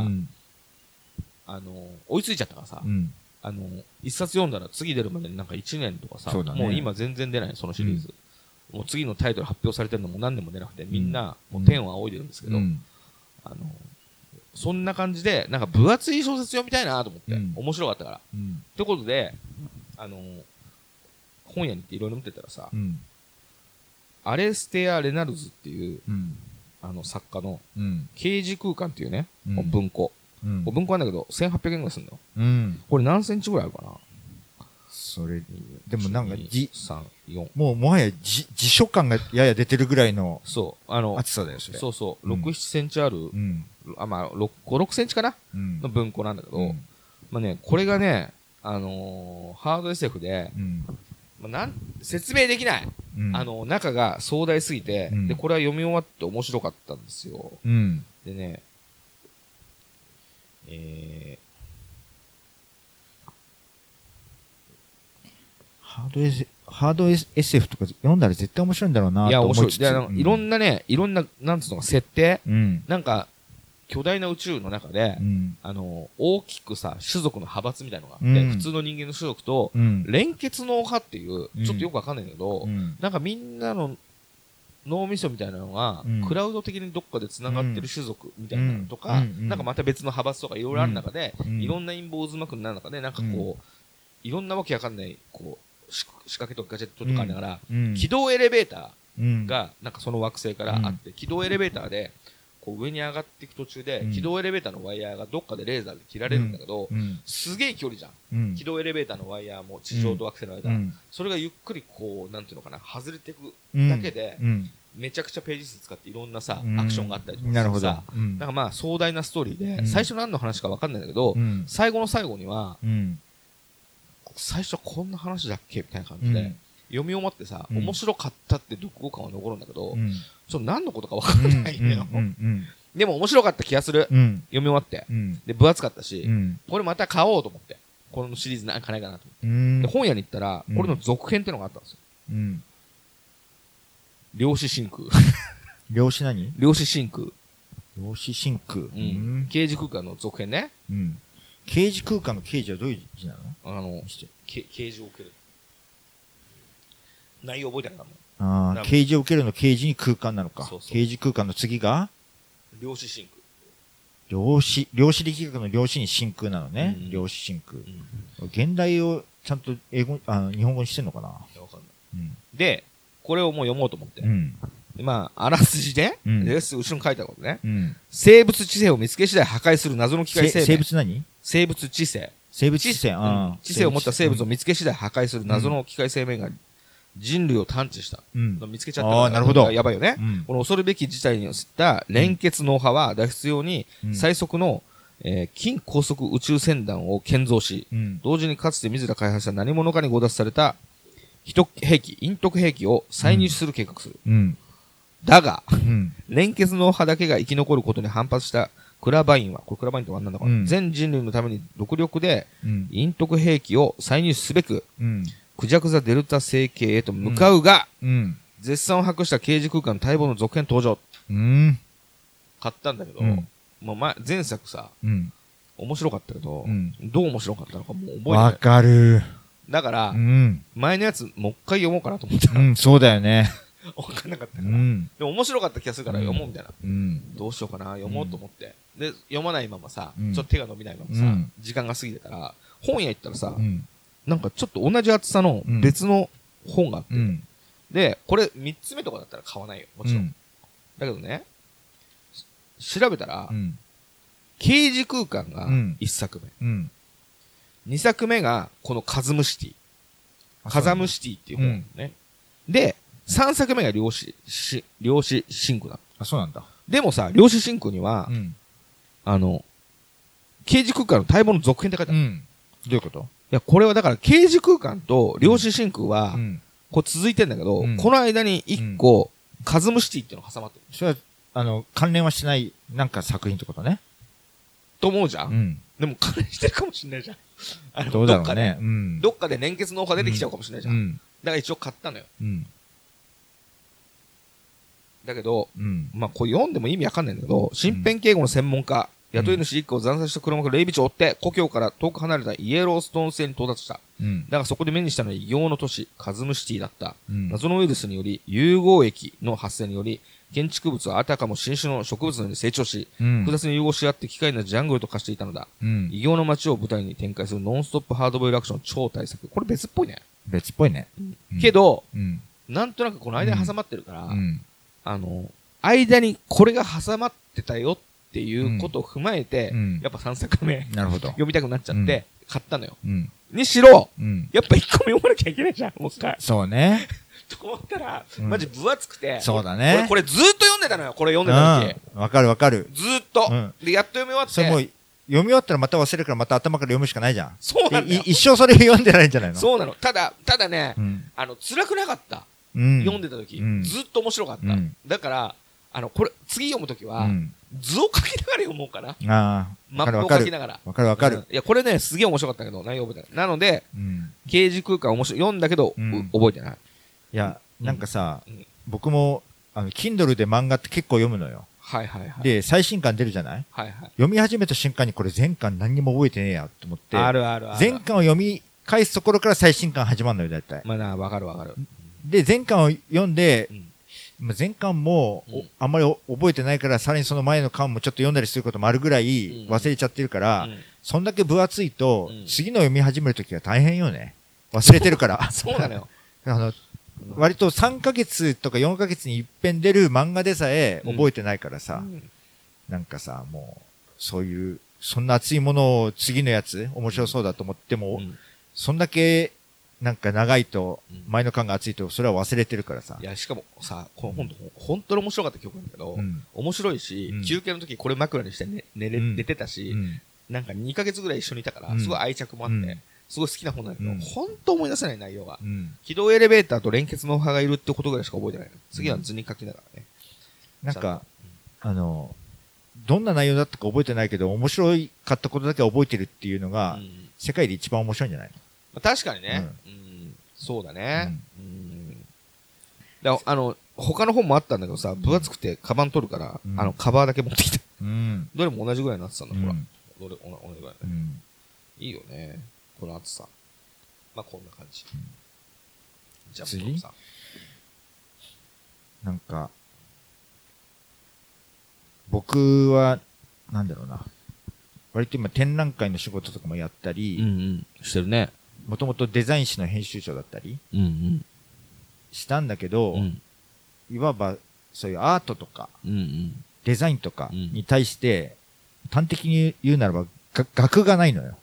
追いついちゃったからさ、一冊読んだら次出るまでになんか1年とかさ、もう今全然出ない、そのシリーズ。もう次のタイトル発表されてるのも何年も出なくて、みんな、もう天を仰いでるんですけど、そんな感じで、なんか分厚い小説読みたいなと思って、面白かったから。ってことで、本屋に行っていろいろ見てたらさ、アレステア・レナルズっていう、作家の、刑事空間っていうね、文庫。文庫なんだけど、1800円ぐらいするの。これ何センチぐらいあるかな？ それ、でもなんか、 3、4。 もう、もはや辞書感がやや出てるぐらいの、 そう、 厚さだよ、それ。 そうそう、6、7センチある、まあ、5、6センチかなの文庫なんだけど、まあね、これがね、ハード SF で、説明できない。中が壮大すぎて、で、これは読み終わって面白かったんですよ。でね、 ハード SF とか読んだら絶対面白いんだろうなと思いつつ。 いや、面白い。いろんなね、いろんな、なんつうのか、設定、なんか、巨大な宇宙の中で、大きくさ、種族の派閥みたいなのがあって、普通の人間の種族と、連結脳派っていう、ちょっとよくわかんないんだけど、なんかみんなの脳みそみたいなのが、クラウド的にどっかで繋がってる種族みたいなのとか、なんかまた別の派閥とかいろいろある中で、いろんな陰謀渦巻く中で、なんかこう、いろんなわけわかんない、こう、仕掛けとかガジェットとかありながら、軌道エレベーターが、なんかその惑星からあって、軌道エレベーターで、こう上に上がっていく途中で、軌道エレベーターのワイヤーがどっかでレーザーで切られるんだけど、すげえ距離じゃん。軌道エレベーターのワイヤーも地上と惑星の間、それがゆっくりこう、なんていうのかな、外れていくだけで、めちゃくちゃページ数使っていろんなさ、アクションがあったりとかしてさ、なんかまあ壮大なストーリーで、最初何の話かわかんないんだけど、最後の最後には、最初はこんな話だっけみたいな感じで、読み終わってさ、面白かったって読後感は残るんだけど、ちょっと何のことかわかんないんだよ。でも面白かった気がする。読み終わって。で、分厚かったし、これまた買おうと思って。このシリーズなんかないかなと思って。で、本屋に行ったら、これの続編ってのがあったんですよ。量子真空。 量子何？ 量子真空。 量子真空。 刑事空間の続編ね。 刑事空間の刑事はどういう字なの？ 刑事を受ける。内容覚えてないかも。 刑事を受けるの刑事に空間なのか。刑事空間の次が量子真空。 量子力学の量子に真空なのね。量子真空。現代をちゃんと日本語にしてんのかな？わかんない。で、これをもう読もうと思って。まあ、あらすじで、後ろに書いてあることね。生物知性を見つけ次第破壊する謎の機械生命。 生物何？ 生物知性。 生物知性。 知性を持った生物を見つけ次第破壊する謎の機械生命が人類を探知した。見つけちゃった。 なるほど。 やばいよね。この恐るべき事態によった連結脳派は脱出用に最速の近高速宇宙船団を建造し、同時にかつて自ら開発した何者かに強奪された陰徳兵器を再入手する計画する。だが、連結脳派だけが生き残ることに反発したクラバインは、これクラバインって何なんだか、全人類のために独力で陰徳兵器を再入手すべく、クジャクザデルタ星系へと向かうが、絶賛を博した刑事空間の待望の続編登場。 買ったんだけど、前作さ、面白かったけど、どう面白かったのかもう覚えてない。 わかる。 だから、前のやつもう一回読もうかなと思ったら。そうだよね。 わかんなかったから。でも面白かった気がするから読もうみたいな。どうしようかな、読もうと思って。で、読まないままさ、ちょっと手が伸びないままさ、時間が過ぎてたら、本屋行ったらさ、なんかちょっと同じ厚さの別の本があって、で、これ3つ目とかだったら買わないよ、もちろん。だけどね、調べたら、刑事空間が1作目。2作目がこのカズムシティ。カザムシティっていう本ね。で、3作目が量子シンクだ。 あ、そうなんだ。 でもさ、量子シンクには、刑事空間の待望の続編って書いてある。どういうこと？ いや、これはだから刑事空間と量子シンクは、こう続いてんだけど、この間に1個、カズムシティっていうのが挟まってる。 それは、関連はしない、なんか作品ってことね。 と思うじゃん。でも関連してるかもしれないじゃん。 どうだろうね。 どっかで連結の方が出てきちゃうかもしれないじゃん。だから一応買ったのよ。だけど、まあこれ読んでも意味わかんないんだけど、身辺警護の専門家、雇い主一家を惨殺した黒幕レイビチを追って、故郷から遠く離れたイエローストーン星に到達した。だがそこで目にしたのは異形の都市、カズムシティだった。謎のウイルスにより、融合液の発生により、建築物はあたかも新種の植物のように成長し、複雑に融合し合って機械のジャングルと化していたのだ。異形の街を舞台に展開するノンストップハードボイルアクション超大作。これ別っぽいね。 別っぽいね。 けど、なんとなくこの間に挟まってるから、間にこれが挟まってたよっていうことを踏まえて、やっぱ3作目、読みたくなっちゃって、買ったのよ。にしろ、やっぱ1個目読まなきゃいけないじゃん、もう一回。 そうね。 と思ったら、マジ分厚くて。 そうだね。 これずーっと読んでたのよ、これ読んでた時。 わかるわかる。 ずーっと。で、やっと読み終わって。 それもう、読み終わったらまた忘れるからまた頭から読むしかないじゃん。 そうなんだよ。 一生それ読んでないんじゃないの？ そうなの。ただね、辛くなかった。読んでた時。ずっと面白かった。だから、これ、次読む時は、図を書きながら読もうかな。マップを書きながら。 わかるわかる。 いや、これね、すげえ面白かったけど、内容覚えてない。なので、刑事空間面白い。読んだけど、覚えてない。 いや、なんかさ、僕も、Kindle で漫画って結構読むのよ。で、最新刊出るじゃない？読み始めた瞬間にこれ前巻何にも覚えてねえやと思って、前巻を読み返すところから最新刊始まるのよ、だいたい。 まあ、わかるわかる。 で、前巻を読んで、前巻もあんまり覚えてないから、さらにその前の巻もちょっと読んだりすることもあるぐらい忘れちゃってるから、そんだけ分厚いと、次の読み始めるときは大変よね。忘れてるから。 そうなのよ。 割と3ヶ月とか4ヶ月に一遍出る漫画でさえ覚えてないからさ、なんかさ、もう、そういう、そんな熱いものを次のやつ、面白そうだと思っても、そんだけ、なんか長いと、前の巻が熱いと、それは忘れてるからさ。 いや、しかもさ、本当に面白かった曲なんだけど、面白いし、休憩の時これ枕にして寝てたし、なんか2ヶ月ぐらい一緒にいたから、すごい愛着もあって、すごい好きな本なんだけど、本当思い出せない内容が。起動エレベーターと連結の派がいるってことぐらいしか覚えてない。次は図に書きながらね。 なんか、どんな内容だったか覚えてないけど、面白かったことだけ覚えてるっていうのが、世界で一番面白いんじゃないの？ 確かにね。そうだね。他の本もあったんだけどさ、分厚くてカバン取るから、カバーだけ持ってきた。どれも同じぐらいになってたんだ、ほら。同じぐらい。いいよね。この厚さ。まあ、こんな感じ。じゃあ、次さ。 なんか、僕は、なんだろうな。割と今展覧会の仕事とかもやったり、 してるね。 もともとデザイン誌の編集長だったり、したんだけど、いわばそういうアートとか、デザインとかに対して、端的に言うならば、学がないのよ。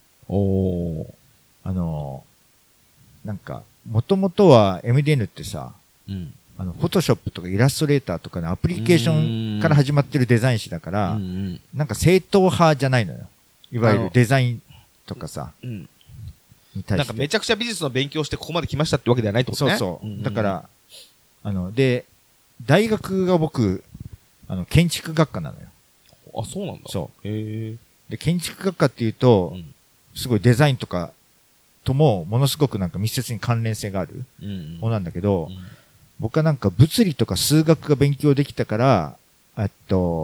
なんか、もともとは MDN ってさ、フォトショップとかイラストレーターとかのアプリケーションから始まってるデザイン誌だから、なんか正統派じゃないのよ。いわゆるデザインとかさ、 なんかめちゃくちゃ美術の勉強してここまで来ましたってわけではないってことね。 そう。だから、で、大学が僕、建築学科なのよ。 あ、そうなんだ。 そう。で、建築学科っていうと、すごいデザインとかとも、ものすごくなんか密接に関連性があるものなんだけど、僕はなんか物理とか数学が勉強できたから、そ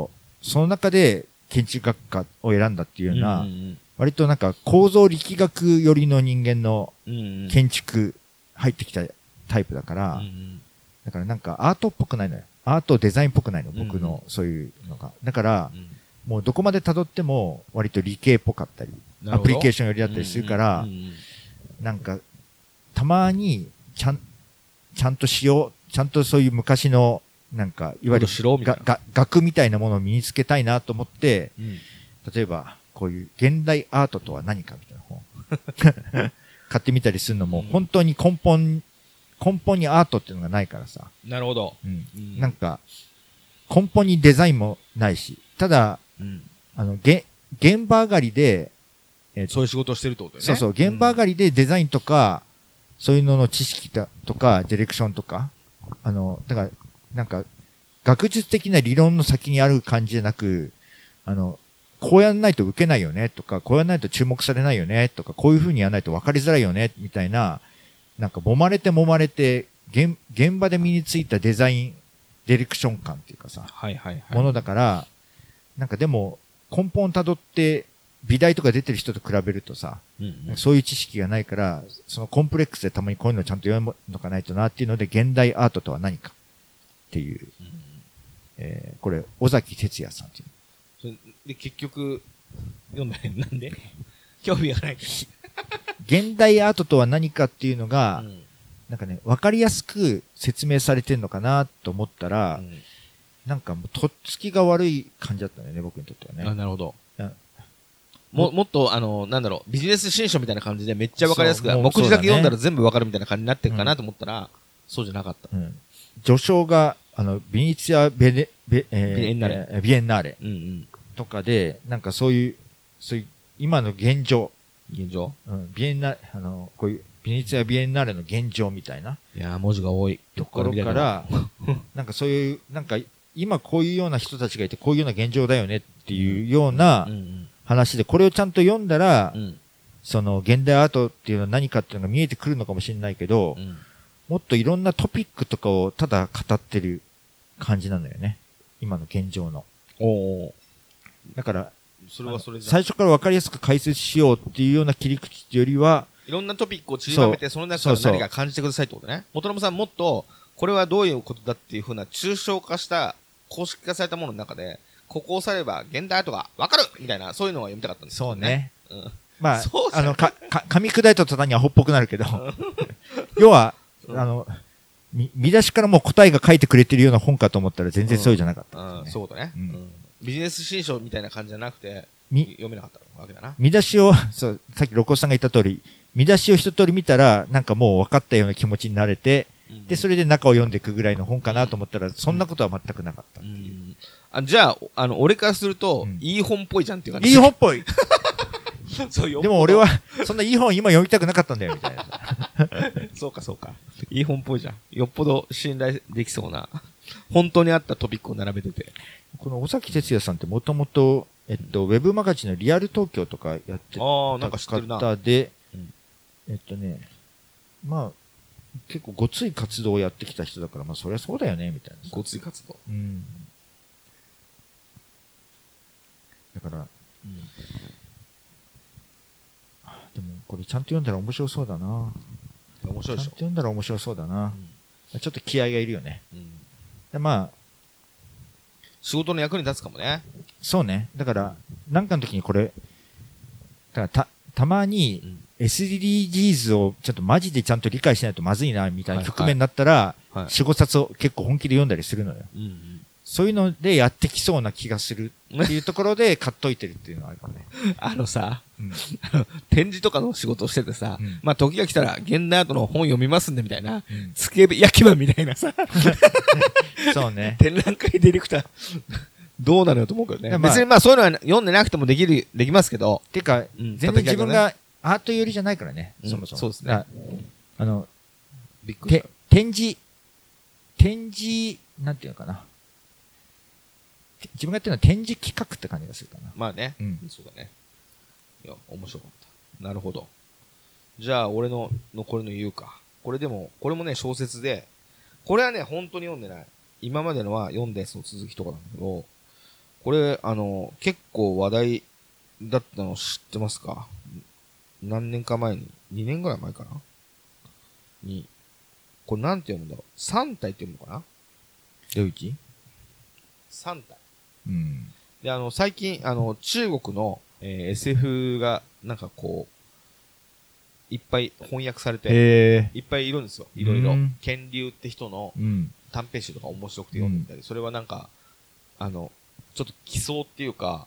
その中で建築学科を選んだっていうような、割となんか構造力学寄りの人間の建築入ってきたタイプだから、だからなんかアートっぽくないのよ。アートデザインっぽくないの、僕のそういうのが。だから、もうどこまで辿っても割と理系っぽかったり、アプリケーション寄りだったりするから、なんか、たまにちゃんとしよう、ちゃんとそういう昔の、なんか、いわゆる学みたいなものを身につけたいなと思って、例えば、こういう現代アートとは何かみたいな本買ってみたりするのも、本当に根本にアートっていうのがないからさ。 なるほど。 なんか、根本にデザインもないし、ただ、現場上がりで、 そういう仕事をしてるってことだよね。 そうそう、現場上がりでデザインとか、そういうのの知識とか、ディレクションとか、だから、なんか、学術的な理論の先にある感じじゃなく、こうやんないと受けないよねとか、こうやんないと注目されないよねとか、こういう風にやらないと分かりづらいよねみたいな、なんか揉まれて、現場で身についたデザイン、ディレクション感っていうかさ、ものだから、なんかでも根本をたどって美大とか出てる人と比べるとさ、そういう知識がないから、そのコンプレックスでたまにこういうのをちゃんと読むのかないとなっていうので、現代アートとは何かっていう、これ、尾崎哲也さんっていう。 で、結局、読んだね。なんで興味がない。 現代アートとは何かっていうのが、なんかね、わかりやすく説明されてんのかなと思ったら、なんかもう、とっつきが悪い感じだったんだよね、僕にとってはね。 なるほど。もっと、なんだろう、ビジネス新書みたいな感じでめっちゃわかりやすく、目次だけ読んだら全部わかるみたいな感じになってるかなと思ったら、そうじゃなかった。 序章が、ビニツィア・ビエンナーレとかで、なんかそういう、今の現状。ビエンナ、こういう、ビニツィア・ビエンナーレの現状みたいな。 いや文字が多い。 ところから、なんかそういう、なんか、今こういうような人たちがいて、こういうような現状だよねっていうような話で、これをちゃんと読んだら、その現代アートっていうのは何かっていうのが見えてくるのかもしれないけど、もっといろんなトピックとかをただ語ってる感じなんだよね。今の現状の。だから、最初から分かりやすく解説しようっていうような切り口っていうよりは、 いろんなトピックを散りばめて、その中から何か感じてくださいってことね。元信さんもっと、これはどういうことだっていうふうな抽象化した、公式化されたものの中で、ここを押さえれば現代アートが分かるみたいな、そういうのが読みたかったんですよね。 そうね。まあ、噛み砕いた途端にアホっぽくなるけど、要は、見出しからもう答えが書いてくれてるような本かと思ったら全然そうじゃなかった、 ね。そうだね、ビジネス新書みたいな感じじゃなくて、読めなかったわけだな。 見出しを、そう、さっき六甲さんが言った通り、見出しを一通り見たら、なんかもう分かったような気持ちになれて、で、それで中を読んでいくぐらいの本かなと思ったら、そんなことは全くなかったっていう。 じゃあ、俺からすると、いい本っぽいじゃんっていう感じ。 いい本っぽいでも俺は、そんないい本今読みたくなかったんだよ、みたいな。 そうか。いい本っぽいじゃん。よっぽど信頼できそうな、本当にあったトピックを並べてて。 この尾崎哲也さんってもともと、ウェブマガジンのリアル東京とかやってた方で、まあ、結構ごつい活動をやってきた人だから、まあそりゃそうだよね、みたいな。 ごつい活動。 だから、でもこれちゃんと読んだら面白そうだな。 面白いでしょ。ちゃんと読んだら面白そうだな。ちょっと気合がいるよね。でまあ、 仕事の役に立つかもね。 そうね。だから、なんかの時にこれ、だからたまに SDGs をちょっとマジでちゃんと理解しないとまずいな、みたいな局面になったら、4、5冊を結構本気で読んだりするのよ。そういうのでやってきそうな気がするっていうところで買っといてるっていうのはあるかもね。 展示とかの仕事をしててさ、まあ時が来たら現代アートの本読みますんでみたいな、つけ焼き場みたいなさ、 そうね。 展覧会ディレクター、どうなるよと思うけどね。別にまあそういうのは読んでなくてもできますけど。 てか、全然自分がアート寄りじゃないからね、そもそも。 そうですね。 びっくりした。展示、なんていうのかな。自分がやってるのは展示企画って感じがするかな。 まあね。そうだね。いや、面白かった。なるほど。じゃあ、俺の残りの言うか。これもね、小説で、これはね、本当に読んでない。今までのは読んで、その続きとかなんだけど、 これ、結構話題だったの知ってますか？何年か前に、2年ぐらい前かなに、これなんて読むんだろう。3体って読むのかな？ どういう字？ 3体。 うん。 で、最近、中国の、SF が、なんかこう、いっぱい翻訳されて、いっぱいいるんですよ。いろいろ。剣流って人の短編集とか面白くて読んでみたり、それはなんか、ちょっと奇想っていうか、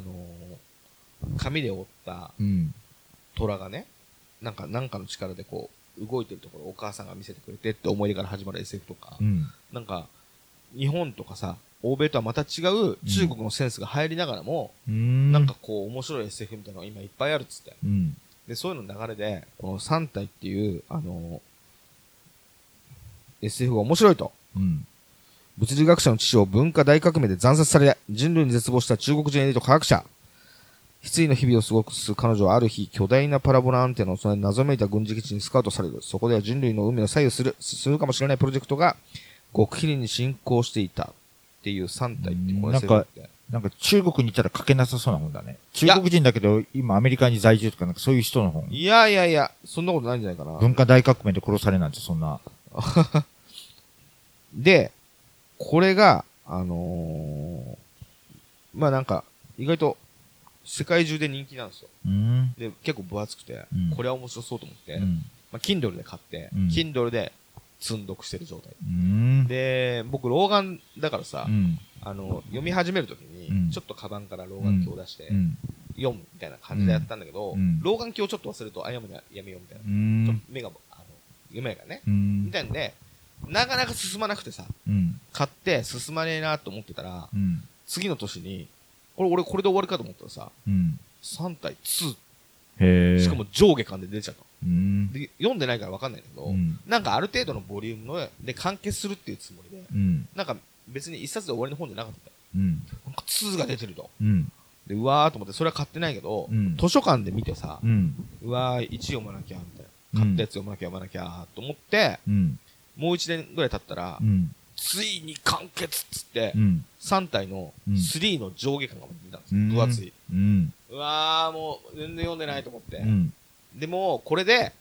紙で折った虎がね、なんかの力でこう、動いてるところをお母さんが見せてくれてって思い出から始まる SF とか、なんか、日本とかさ、欧米とはまた違う中国のセンスが入りながらも、なんかこう面白い SF みたいなのが今いっぱいあるっつって。で、そういうの流れで、この3体っていう、SF が面白いと。物理学者の父を文化大革命で惨殺され、人類に絶望した中国人エリート科学者。失意の日々を過ごす彼女はある日、巨大なパラボラアンテナを備え謎めいた軍事基地にスカウトされる。そこでは人類の運命を左右するかもしれないプロジェクトが極秘裏に進行していたっていう3体ってこれなんか中国にいたら書けなさそうな本だね。中国人だけど今アメリカに在住とかなんかそういう人の本。 いやいやいや、そんなことないんじゃないかな。 文化大革命で殺されなんてそんな。 で、これが、まあなんか意外と世界中で人気なんですよ。で、結構分厚くて、これは面白そうと思って、まあ、Kindle で買って、Kindle で積んどくしてる状態。で、僕、老眼だからさ、読み始めるときに、ちょっとカバンから老眼鏡を出して、読むみたいな感じでやったんだけど、老眼鏡をちょっと忘れると、読むのやめようみたいな。ちょっと目が、読めないからね。みたいんで、なかなか進まなくてさ、買って進まねえなと思ってたら、次の年に、俺これで終わりかと思ったらさ、3体2。しかも上下巻で出ちゃった。で読んでないから分かんないんだけど、なんかある程度のボリュームで完結するっていうつもりで、なんか別に一冊で終わりの本じゃなかった。なんか2が出てると。で、うわーと思って、それは買ってないけど、図書館で見てさ、うわー、1読まなきゃ、みたいな。買ったやつ読まなきゃ、と思って、もう1年ぐらい経ったら、ついに完結っつって、3体の3の上下巻が出たんですよ。分厚い。うわー、もう全然読んでないと思って。でも、これで、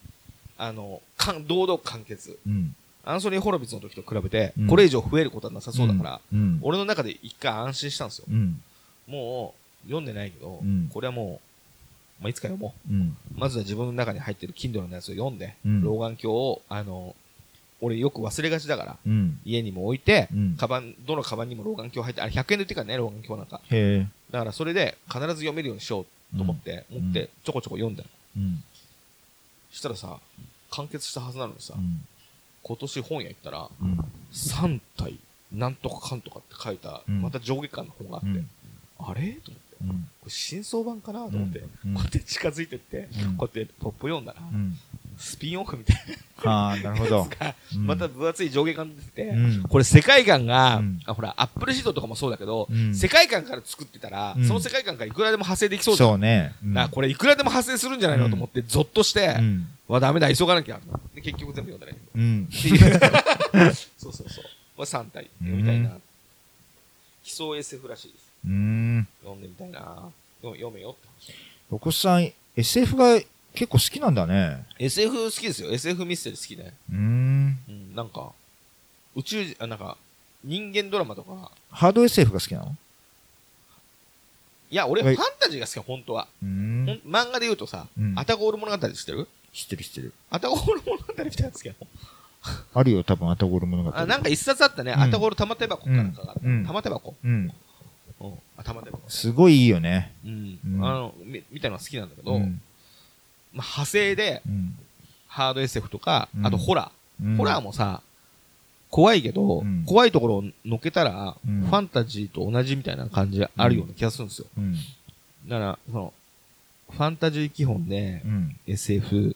堂々完結。アンソニー・ホロビッツの時と比べて、これ以上増えることはなさそうだから、俺の中で一回安心したんですよ。もう、読んでないけど、これはもう、まあ、いつか読もう。まずは自分の中に入ってる Kindle のやつを読んで、老眼鏡を、俺よく忘れがちだから、家にも置いて、どのカバンにも老眼鏡入って、あれ100円で売ってからね、老眼鏡なんか。だからそれで必ず読めるようにしようと思って、持ってちょこちょこ読んだの。したらさ、完結したはずなのにさ、今年本屋行ったら、3体、なんとかかんとかって書いた、また上下巻の本があって、あれと思って、これ新装版かなと思って、こうやって近づいてって、こうやってトップ読んだら、スピンオフみたいな。なるほど。 また分厚い上下巻出てて、これ世界観が、ほら、アップルシートとかもそうだけど、世界観から作ってたら、その世界観からいくらでも派生できそうじゃん。 そうね。 これいくらでも派生するんじゃないのと思って、ゾッとして、ダメだ、急がなきゃ。で、結局全部読んでない。そう。これ3体読みたいな。奇想 SF らしいです。読んでみたいな。読めよって話。 六さん、SF が結構好きなんだね。 SF 好きですよ。SF ミステリー好きね。なんか、なんか、人間ドラマとか。 ハード SF が好きなの？ いや、俺、ファンタジーが好きな、本当は。漫画で言うとさ、アタゴール物語知ってる？ 知ってる。 アタゴール物語みたいな好きなの？ あるよ、多分、アタゴール物語。 なんか一冊あったね。アタゴール玉手箱かなんかがある。玉手箱。玉手箱。 すごいいいよね。 みたいなのが好きなんだけど、派生で、ハード SF とか、あとホラー。ホラーもさ、怖いけど、怖いところをのけたら、ファンタジーと同じみたいな感じあるような気がするんですよ。だから、ファンタジー基本で、SF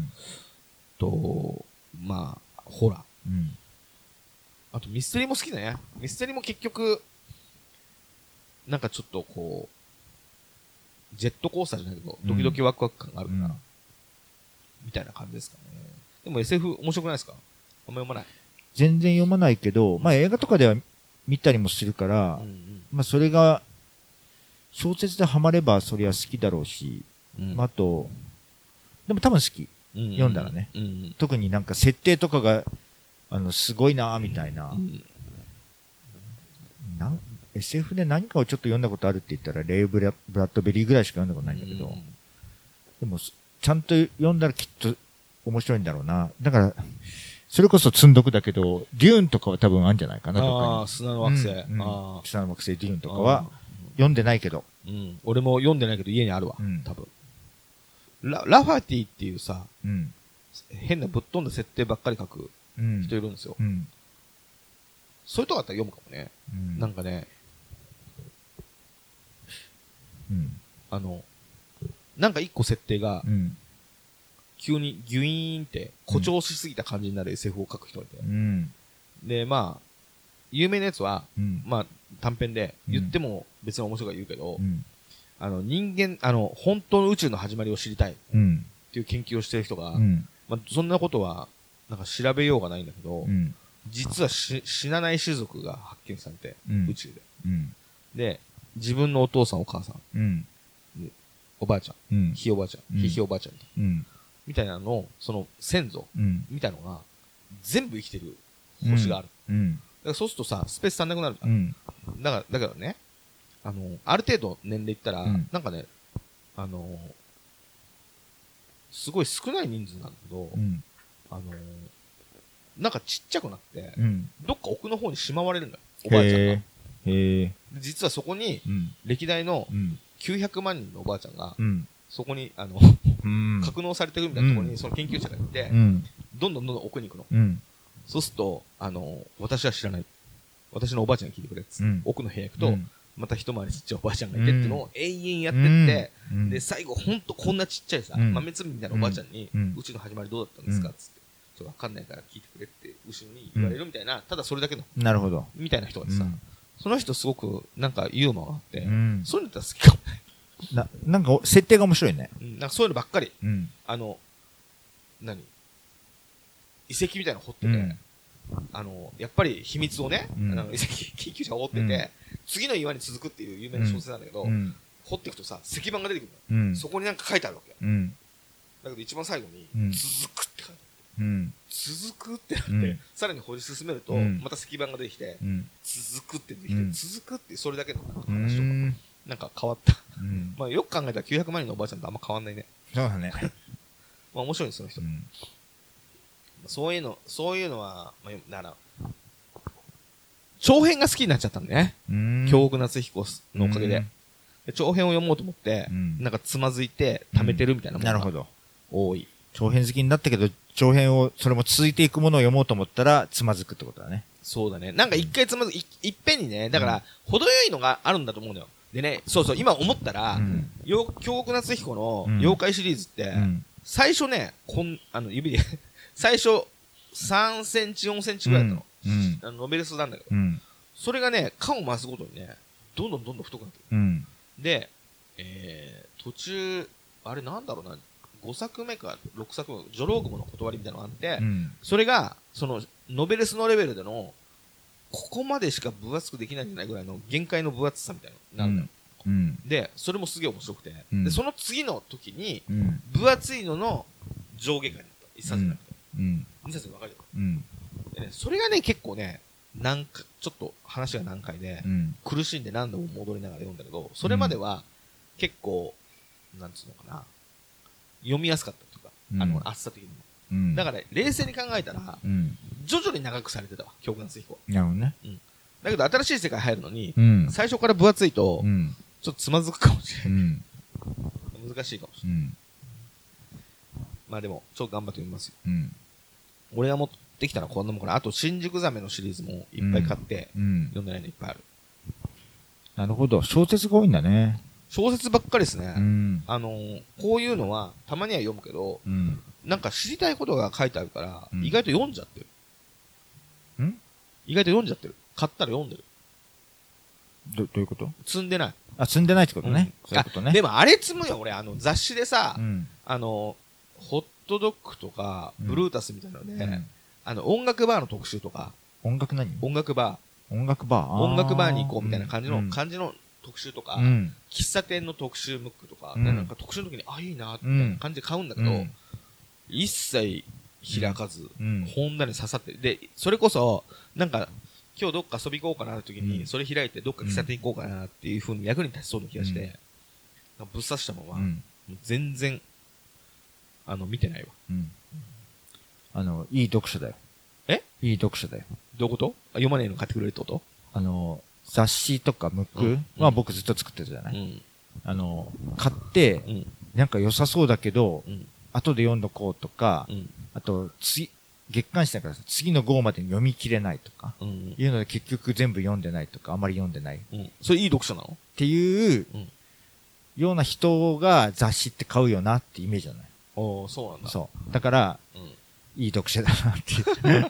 と、まあ、ホラー。あとミステリーも好きだね。ミステリーも結局、なんかちょっとこう、ジェットコースターじゃないけど、ドキドキワクワク感があるから、みたいな感じですかね。でも SF 面白くないですか？あんま読まない。 全然読まないけど、まあ映画とかでは見たりもするから、 まあそれが小説でハマればそりゃ好きだろうし、あとでも多分好き、読んだらね、特になんか設定とかがすごいなみたいな、SF で何かをちょっと読んだことあるって言ったらレイ・ブラッドベリーぐらいしか読んだことないんだけど、でもちゃんと読んだらきっと面白いんだろうな。だからそれこそ積んどくだけどデューンとかは多分あるんじゃないかな。 ああ、砂の惑星、 砂の惑星デューンとかは読んでないけど、 俺も読んでないけど家にあるわ、多分。ラファティっていうさ、変なぶっ飛んだ設定ばっかり書く人いるんですよ、そういうとこだったら読むかもね、なんかね、なんか一個設定が、急にギュイーンって誇張しすぎた感じになる SF を書く人がいて、でまあ有名なやつは、まあ短編で言っても別に面白いから言うけど、人間本当の宇宙の始まりを知りたいっていう研究をしてる人が、まあ、そんなことはなんか調べようがないんだけど、実は死なない種族が発見されて、宇宙で、で自分のお父さんお母さん、おばあちゃん、ひいおばあちゃん、ひいおばあちゃんみたいなのをその先祖みたいなのが全部生きてる星がある。だからそうするとさ、スペース足んなくなるじゃん。だからね、ある程度年齢いったら、なんかね、すごい少ない人数なんだけど、なんかちっちゃくなって、どっか奥の方にしまわれるんだよ、おばあちゃんが。実はそこに、歴代の900万人のおばあちゃんが、そこに、格納されてるみたいなところに、その研究者がいて、どんどん奥に行くの。そうすると、私は知らない。私のおばあちゃんが聞いてくれって、奥の部屋行くと、また一回りちっちゃいおばあちゃんがいてっていうのを永遠やってって、で、最後ほんとこんなちっちゃいさ、豆粒みたいなおばあちゃんに、宇宙の始まりどうだったんですかつって、ちょっとわかんないから聞いてくれって後ろに言われるみたいな、ただそれだけの。 なるほど。 みたいな人がさ、その人すごくなんかユーモアがあって、そういうのだったら好きかもね。 なんか設定が面白いね。 なんかそういうのばっかり。遺跡みたいなの掘ってて、やっぱり秘密をね、遺跡研究者が掘ってて、次の岩に続くっていう有名な小説なんだけど、掘っていくとさ、石板が出てくるの。そこになんか書いてあるわけ。だけど一番最後に、続くって書いてある。続くってなって、さらに掘り進めると、また石板が出てきて、続くって出てきて、続くってそれだけの話とか、なんか変わった。まあよく考えたら900万人のおばあちゃんとあんま変わんないね。 そうだね。 まあ面白いんです、その人。そういうのは、まあ、だから、長編が好きになっちゃったんだね。京極夏彦のおかげで。長編を読もうと思って、なんかつまずいて貯めてるみたいなものが多い。 長編好きになったけど、長編を、それも続いていくものを読もうと思ったら、つまずくってことだね。 そうだね。なんか一回いっぺんにね、だから、程よいのがあるんだと思うんだよ。でね、そうそう、今思ったら、京極夏彦の妖怪シリーズって、最初ね、指で、最初、3センチ、4センチぐらいだったの。ノベルスなんだけど。それがね、巻を増すごとにね、どんどん太くなってる。で、途中、あれなんだろうな、5作目か6作目、ジョローグモの断りみたいなのがあって、それが、その、ノベルスのレベルでの、ここまでしか分厚くできないんじゃないぐらいの限界の分厚さみたいなのなんだよ。で、それもすげえ面白くて、で、その次の時に、分厚いのの上下巻になった。1冊じゃなくて。2冊に分かれた。でね、それがね、結構ね、ちょっと話が難解で、苦しんで何度も戻りながら読んだけど、それまでは結構、なんつうのかな、読みやすかったとか、厚さ的にも。だから、冷静に考えたら、徐々に長くされてたわ、京極夏彦は。 なるほどね。 だけど、新しい世界入るのに、最初から分厚いと、ちょっとつまずくかもしれない。難しいかもしれない。まあでも、ちょっと頑張って読みますよ。俺が持ってきたのはこんなもんかな。あと、新宿ザメのシリーズもいっぱい買って、読んでないのいっぱいある。 なるほど。小説が多いんだね。 小説ばっかりですね。こういうのは、たまには読むけど、なんか知りたいことが書いてあるから、意外と読んじゃってる。意外と読んじゃってる。買ったら読んでる。 どういうこと？ 積んでない。 あ、積んでないってことね。そういうことね。 でもあれ積むよ、俺。雑誌でさ、ホットドッグとか、ブルータスみたいなので、音楽バーの特集とか。 音楽何？ 音楽バ音楽バーに行こうみたいな感じの特集とか、喫茶店の特集ムックとか、なんか特集の時に、いいな、みたいな感じで買うんだけど、一切開かず、本棚に刺さって、で、それこそ、なんか、今日どっか遊び行こうかなって時に、それ開いてどっか喫茶店行こうかなっていう風に役に立ちそうな気がして、ぶっ刺したまま、全然、見てないわ。 いい読書だよ。いい読書だよ。 どういうこと読まねえの買ってくれるってこと？ 雑誌とかムックは僕ずっと作ってたじゃない。買って、なんか良さそうだけど、後で読んどこうとか、あと、月刊誌だから次の号までに読み切れないとか、いうので結局全部読んでないとか、あまり読んでない。 それいい読書なの？ っていう、ような人が雑誌って買うよなってイメージじゃない。 そうなんだ。 そう。だから、いい読者だなっていう。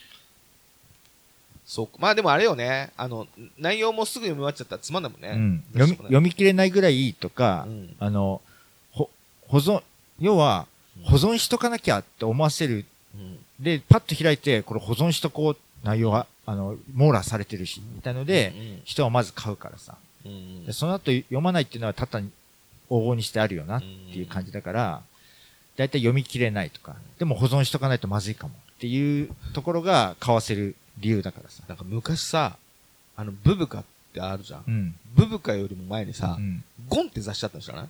そう。まあでもあれよね。内容もすぐ読み終わっちゃったらつまんないもんね。 読み切れないぐらいいいとか、保存、要は、保存しとかなきゃって思わせる。で、パッと開いて、これ保存しとこう、内容が、網羅されてるし、みたいので、人はまず買うからさ。でその後読まないっていうのは、ただ往々にしてあるよなっていう感じだから、だいたい読み切れないとか、でも保存しとかないとまずいかもっていうところが買わせる理由だからさ。 なんか昔さ、ブブカってあるじゃん。ブブカよりも前にさ、ゴンって雑誌あったんじゃない？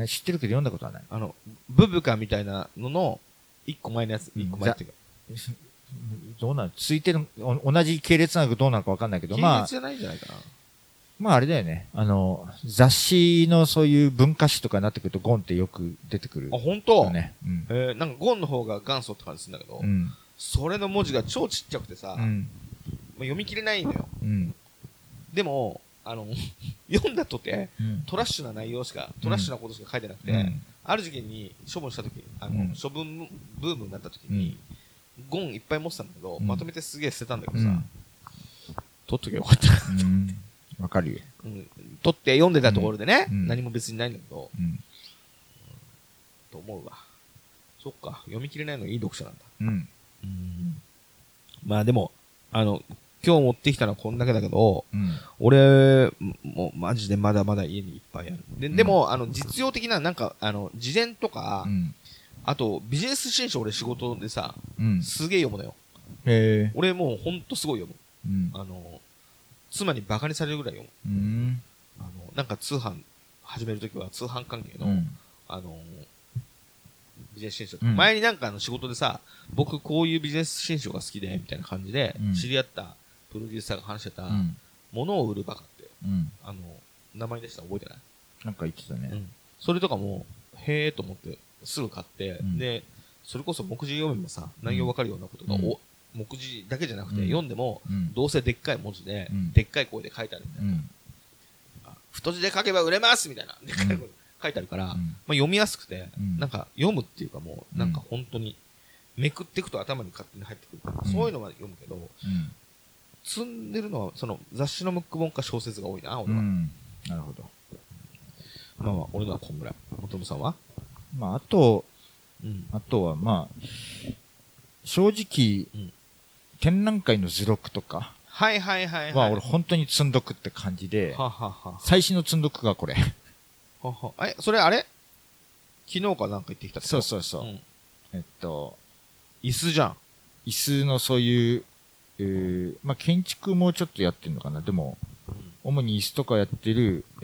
知ってるけど読んだことはない。 ブブカみたいなのの、一個前のやつ、一個前っていうか。 どうなの？ついてる、同じ系列なのかどうなのかわかんないけど、 系列じゃないんじゃないかな。 まああれだよね。雑誌のそういう文化誌とかになってくるとゴンってよく出てくる。 本当？ ね。 なんかゴンの方が元祖って感じするんだけど、それの文字が超ちっちゃくてさ、読み切れないのよ。でも、読んだとて、トラッシュな内容しか、トラッシュなことしか書いてなくて、ある時期に処分した時、処分ブームになった時に、ゴンいっぱい持ってたんだけど、まとめてすげえ捨てたんだけどさ、取っときゃよかったなって。 わかるよ。 取って読んでたところでね、何も別にないんだけど、と思うわ。そっか、読み切れないのいい読書なんだ。まあでも、今日持ってきたのはこんだけだけど、俺、もうマジでまだまだ家にいっぱいある。でも、実用的な、なんか、事前とか、あと、ビジネス新書俺仕事でさ、すげえ読むのよ。俺もうほんとすごい読む。妻にバカにされるぐらい読む。なんか通販始めるときは通販関係の、ビジネス新書、前になんか仕事でさ、僕こういうビジネス新書が好きで、みたいな感じで、知り合ったプロデューサーが話してた、物を売るバカって、名前でした覚えてない？ なんか言ってたね。 それとかも、へーと思って、すぐ買って、で、それこそ目次読めばさ、内容わかるようなことが、目次だけじゃなくて、読んでも、どうせでっかい文字で、でっかい声で書いてあるみたいな。太字で書けば売れますみたいな、でっかい声で書いてあるから、まあ読みやすくて、なんか読むっていうかもう、なんか本当に、めくっていくと頭に勝手に入ってくるから、そういうのは読むけど、積んでるのは、その雑誌のムック本か小説が多いな、俺は。 なるほど。 まあまあ、俺のはこんぐらい。元々さんは？ まあ、あとはまあ、正直、展覧会の図録とかは俺本当に積んどくって感じで、最新の積んどくがこれ。 それあれ？昨日かなんか行ってきたってこと？ そう。 椅子じゃん。 椅子のそういう、まあ、建築もちょっとやってるのかな。でも、主に椅子とかやってる、ジ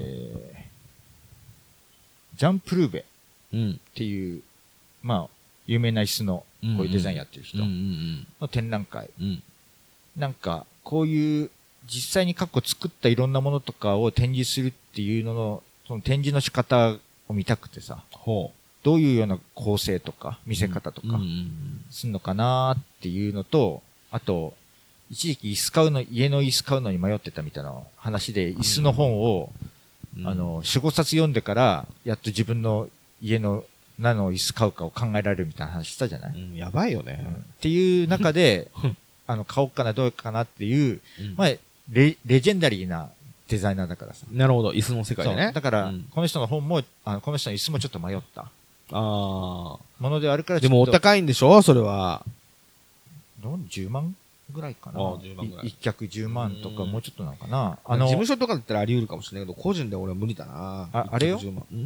ャンプルーベっていう、まあ、有名な椅子のこういうデザインやってる人の展覧会。なんか、こういう実際に過去作ったいろんなものとかを展示するっていうのの、その展示の仕方を見たくてさ、どういうような構成とか見せ方とかすんのかなっていうのと、あと、一時期家の椅子買うのに迷ってたみたいな話で、椅子の本を、4、5冊読んでから、やっと自分の家の何の椅子買うかを考えられるみたいな話したじゃない？ やばいよね。 っていう中で、買おうかな、どうかなっていう、まあ、レジェンダリーなデザイナーだからさ。 なるほど、椅子の世界でね。 だから、この人の本も、この人の椅子もちょっと迷った。ものであるからちょっと。でもお高いんでしょそれは。 10万ぐらいかな。 10万ぐらい。 一脚10万とかもうちょっとなのかな。 事務所とかだったらあり得るかもしれないけど、個人で俺は無理だな。 あれよ。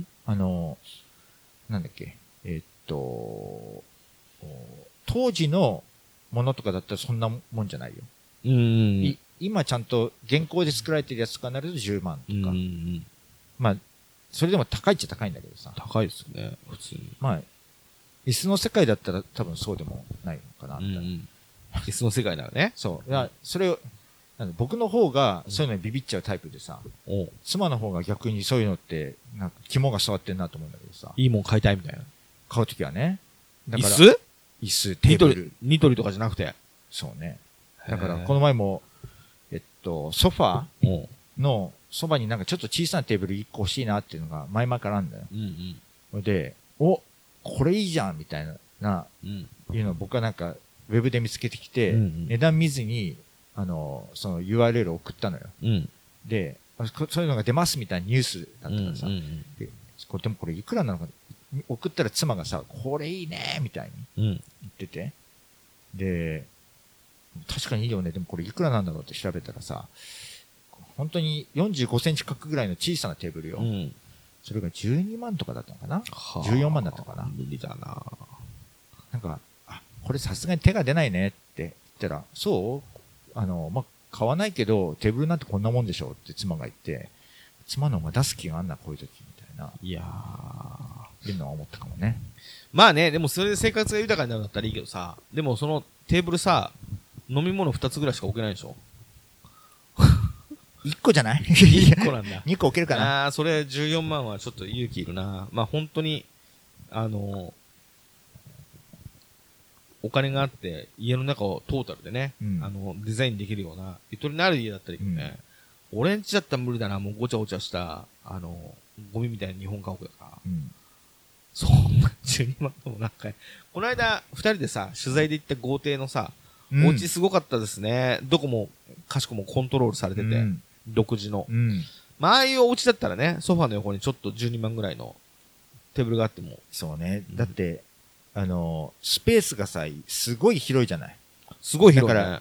なんだっけ。当時のものとかだったらそんなもんじゃないよ。今ちゃんと現行で作られてるやつとかになると10万とか。まあ、それでも高いっちゃ高いんだけどさ。 高いですよね、普通に。 まあ、椅子の世界だったら多分そうでもないのかな。 椅子の世界ならね。 そう。いや、それを、僕の方がそういうのにビビっちゃうタイプでさ、妻の方が逆にそういうのって、なんか肝が触ってんなと思うんだけどさ。 いいもん買いたいみたいな。 買うときはね。 だから椅子、テーブル。 ニトリとかじゃなくて。 そうね。だから、この前も、ソファーのそばになんかちょっと小さなテーブル1個欲しいなっていうのが前々からあるんだよ。で、これいいじゃんみたいな、いうのを僕はなんか、ウェブで見つけてきて、値段見ずに、その URL を送ったのよ。で、そういうのが出ますみたいなニュースだったからさ、でもこれいくらなのか、送ったら妻がさ、これいいねみたいに言ってて、で、確かにいいよね、でもこれいくらなんだろうって調べたらさ、本当に45センチ角ぐらいの小さなテーブルよ。それが12万とかだったのかな ?14 万だったかな無理だな。 なんか、これさすがに手が出ないねって言ったら、そうまあ、買わないけど、テーブルなんてこんなもんでしょって妻が言って、妻の方が出す気があんな、こういう時みたいな。 いやー。いうのは思ったかもね。 まあね、でもそれで生活が豊かになるんだったらいいけどさ、でもそのテーブルさ、飲み物2つぐらいしか置けないでしょ 1個じゃない ?1 個なんだ。 2個置けるかな。 それ14万はちょっと勇気いるな。まあ本当に、お金があって家の中をトータルでね、デザインできるようなゆとりのある家だったらいいけどね、俺ん家だったら無理だな。もうごちゃごちゃしたゴミみたいな日本家屋だから、そんな12万ともなんか、この間2人でさ取材で行った豪邸のさ、お家すごかったですね。どこもかしこもコントロールされてて、独自の、まあああいうお家だったらね、ソファの横にちょっと12万ぐらいのテーブルがあっても、 そうね。だってスペースがさ、すごい広いじゃない。 すごい広いね。 だから、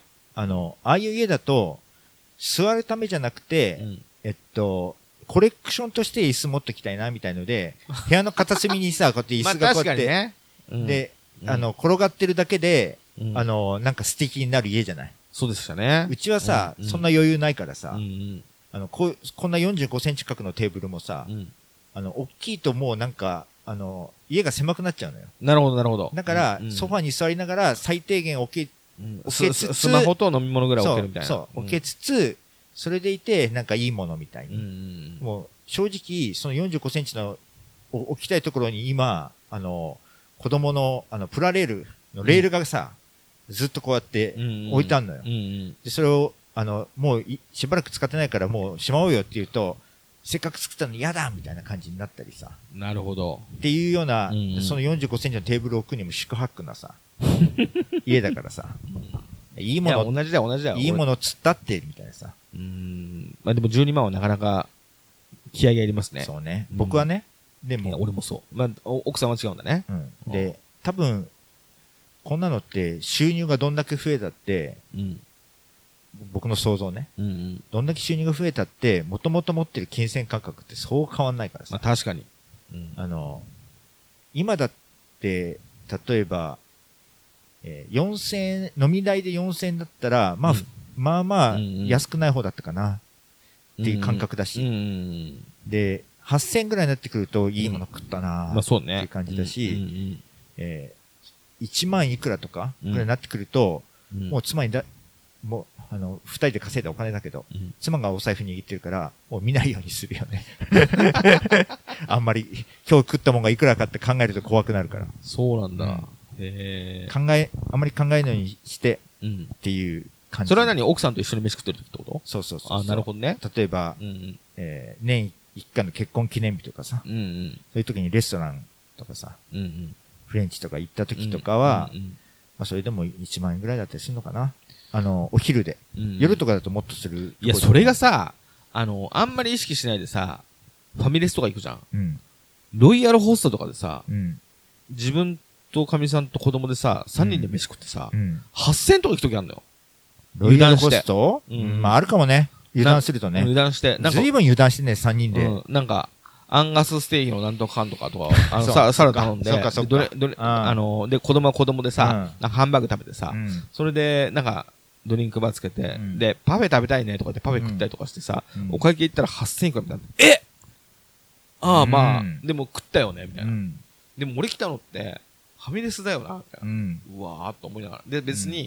ああいう家だと、座るためじゃなくて、コレクションとして椅子持ってきたいな、みたいので、部屋の片隅にさ、こうやって椅子がこうやって、 ね、 で、転がってるだけで、なんか素敵になる家じゃない。 そうでしたね。 うちはさ、そんな余裕ないからさ、こんな45センチ角のテーブルもさ、大きいともうなんか、家が狭くなっちゃうのよ。 なるほど、なるほど。 だから、ソファに座りながら最低限置けつつ、 スマホと飲み物ぐらい置けるみたいな。 そう、置けつつ、それでいて、なんかいいものみたいに。もう、正直、その45センチの置きたいところに今、子供の、プラレールのレールがさ、ずっとこうやって置いてあるのよ。で、それを、もうしばらく使ってないからもうしまおうよって言うと、せっかく作ったのに嫌だみたいな感じになったりさ。 なるほど。 っていうような、その45センチのテーブルを置くにも四苦八苦なさ、家だからさ。いいもの、 同じだよ、同じだよ。 いいもの釣ったって、みたいなさ。 まあでも12万はなかなか気合がいりますね。 そうね。僕はね、でも。 俺もそう。まあ、奥さんは違うんだね。 で、多分、こんなのって収入がどんだけ増えたって、僕の想像ね、どんだけ収入が増えたって、もともと持ってる金銭感覚ってそう変わんないからさ。 まあ確かに。 今だって、例えば、4000円、飲み代で4000円だったら、まあ、安くない方だったかな、っていう感覚だし。で、8000円ぐらいになってくると、いいもの食ったなっていう感じだし、1万いくらとかぐらいになってくると、もう妻にもう、二人で稼いだお金だけど、妻がお財布握ってるから、もう見ないようにするよね。あんまり、今日食ったもんがいくらかって考えると怖くなるから。 そうなんだ。 あんまり考えないようにして、っていう感じ。 それは何？奥さんと一緒に飯食ってるってこと？ そうそうそう。 あ、なるほどね。 例えば、年一回の結婚記念日とかさ、そういう時にレストランとかさ、フレンチとか行った時とかは、まあそれでも1万円ぐらいだったりするのかな。お昼で。夜とかだともっとする。 いや、それがさ、あんまり意識しないでさ、ファミレスとか行くじゃん。ロイヤルホストとかでさ、自分とかみさんと子供でさ、3人で飯食ってさ、8000円とか行く時あるんだよ。 ロイヤルホスト、まああるかもね。油断するとね。 油断して。 ずいぶん油断してね、3人で。 なんか、アンガスステーキのなんとかかんとかとか、サラダ頼んで、で、子供は子供でさ、ハンバーグ食べてさ、それで、なんか、ドリンクバーつけて、で、パフェ食べたいねとかってパフェ食ったりとかしてさ、お会計行ったら8000いくらみたいな。ああ、まあ、でも食ったよね、みたいな。でも俺来たのって、ファミレスだよな、みたいな。うわーっと思いながら。で、別に、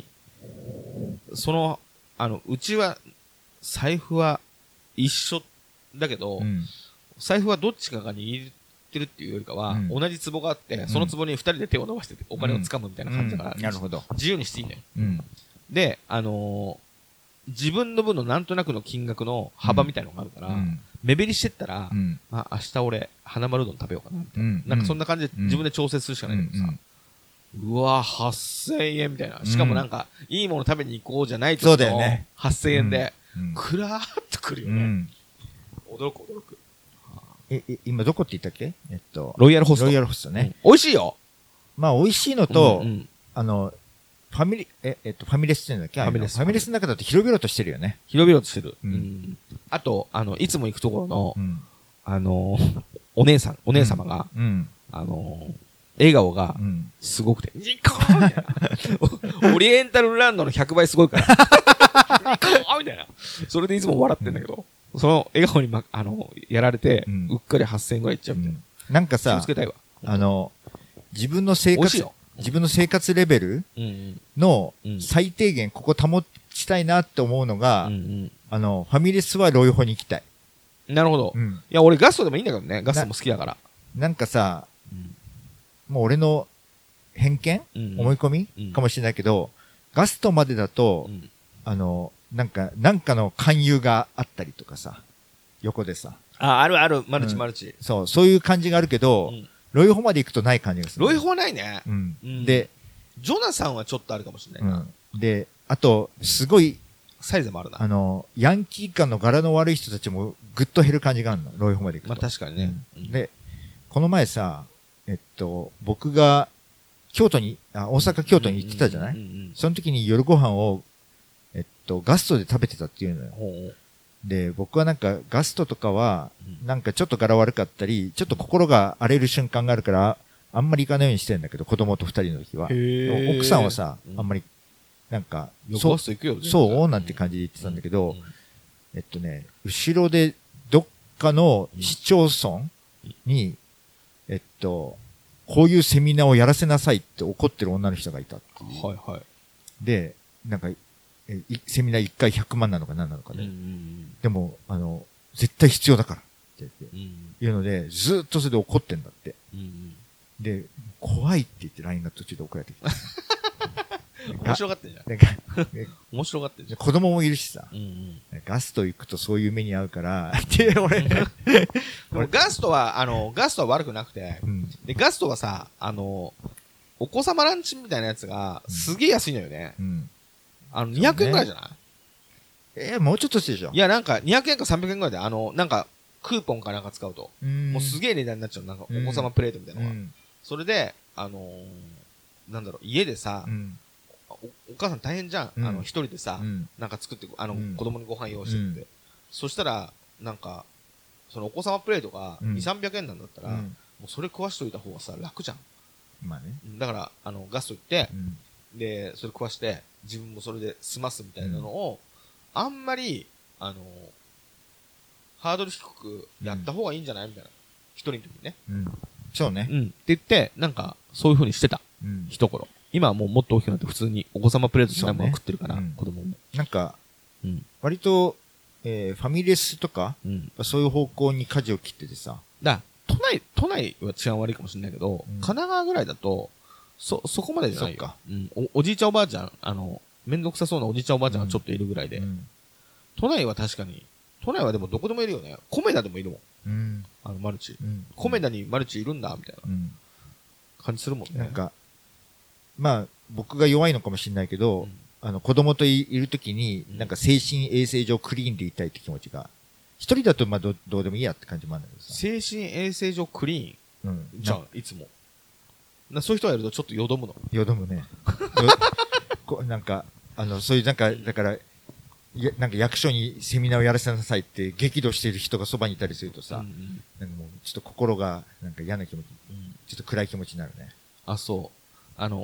うちは、財布は一緒だけど、財布はどっちかが握ってるっていうよりかは、同じ壺があって、その壺に二人で手を伸ばしてお金を掴むみたいな感じだから、 なるほど。 自由にしていいね。で、自分の分のなんとなくの金額の幅みたいなのがあるから、目減りしてったら、明日俺、花丸うどん食べようかな、みたいな。なんかそんな感じで自分で調整するしかないんだけどさ、うわぁ、8000円みたいな。しかもなんか、いいもの食べに行こうじゃないと、 そうだよね。 8000円で、くらーっとくるよね。驚く。 今どこって言ったっけロイヤルホスト。 ロイヤルホストね。 美味しいよ。 まあ美味しいのと、ファミレスって言うんだっけ？ファミレスの中だと広々としてるよね。 広々としてる。あと、いつも行くところの、お姉様が、笑顔が、すごくて、ニコーみたいな。オリエンタルランドの100倍すごいから。ニコーみたいな。それでいつも笑ってんだけど、その笑顔にやられて、うっかり8000円ぐらいいっちゃうみたいな。 なんかさ、 気をつけたいわ。 自分の生活レベルの最低限ここ保ちたいなって思うのが、ファミレスはロイホに行きたい。 なるほど。いや、俺ガストでもいいんだけどね。ガストも好きだから。 なんかさ、もう俺の偏見思い込みかもしれないけど、ガストまでだと、なんかの勧誘があったりとかさ、横でさ。 ある、マルチ。 そういう感じがあるけど、ロイホまで行くとない感じがする。 ロイホはないね。 で、 ジョナサンはちょっとあるかもしれないな。 で、あと、すごい、 サイズもあるな。 ヤンキー感の柄の悪い人たちもぐっと減る感じがあるの、ロイホまで行くと。 まあ確かにね。 で、この前さ、僕が大阪京都に行ってたじゃない？その時に夜ご飯を、ガストで食べてたっていうのよ。で、僕はなんかガストとかは、なんかちょっと柄悪かったり、ちょっと心が荒れる瞬間があるから、あんまり行かないようにしてるんだけど、子供と二人の時は。奥さんはさ、あんまり、なんか、そうなんて感じで言ってたんだけど、後ろでどっかの市町村に、こういうセミナーをやらせなさいって怒ってる女の人がいたっていう。 はいはい。 で、なんか、セミナー1回100万なのか何なのかで。でも、絶対必要だからって言うので、ずっとそれで怒ってんだって。で、怖いって言って LINE が途中で送られてきた。 面白がってんじゃん。面白がってんじゃん。 子供もいるしさ、ガスト行くとそういう目に遭うから、 ガストは悪くなくて、で、ガストはさ、お子様ランチみたいなやつが、すげえ安いのよね。200円ぐらいじゃない？ もうちょっとしてでしょ。 いや、なんか、200円か300円ぐらいで、なんか、クーポンかなんか使うと、もうすげえ値段になっちゃう。なんか、お子様プレートみたいなのが。それで、なんだろう、家でさ、お母さん大変じゃん。一人でさ、なんか作って、子供にご飯用意してって。そしたら、なんか、そのお子様プレートが2、300円なんだったら、もうそれ食わしといた方がさ、楽じゃん。 まあね。 だから、ガスト行って、で、それ食わして、自分もそれで済ますみたいなのを、あんまり、ハードル低くやった方がいいんじゃないみたいな。一人の時にね。 そうね。 って言って、なんか、そういう風にしてた。一頃。今はもうもっと大きくなって普通にお子様プレートしないもの食ってるから、子供も。 なんか、割と、ファミレスとか、そういう方向に舵を切っててさ。 都内は治安悪いかもしれないけど、神奈川ぐらいだと、そこまでじゃないよ。おじいちゃんおばあちゃん、めんどくさそうなおじいちゃんおばあちゃんがちょっといるぐらいで。都内は確かに、都内はでもどこでもいるよね。コメダでもいるもん。マルチ。コメダにマルチいるんだ、みたいな感じするもんね。 なんか、まあ、僕が弱いのかもしれないけど、子供といるときに、なんか精神衛生上クリーンでいたいって気持ちが、一人だとまあどうでもいいやって感じもあるんだけどさ。 精神衛生上クリーンじゃん、いつも。そういう人がいるとちょっとよどむの。 よどむね。なんか、 そういうなんか、だから、なんか役所にセミナーをやらせなさいって激怒している人がそばにいたりするとさ、なんかもうちょっと心がなんか嫌な気持ち、ちょっと暗い気持ちになるね。 あ、そう。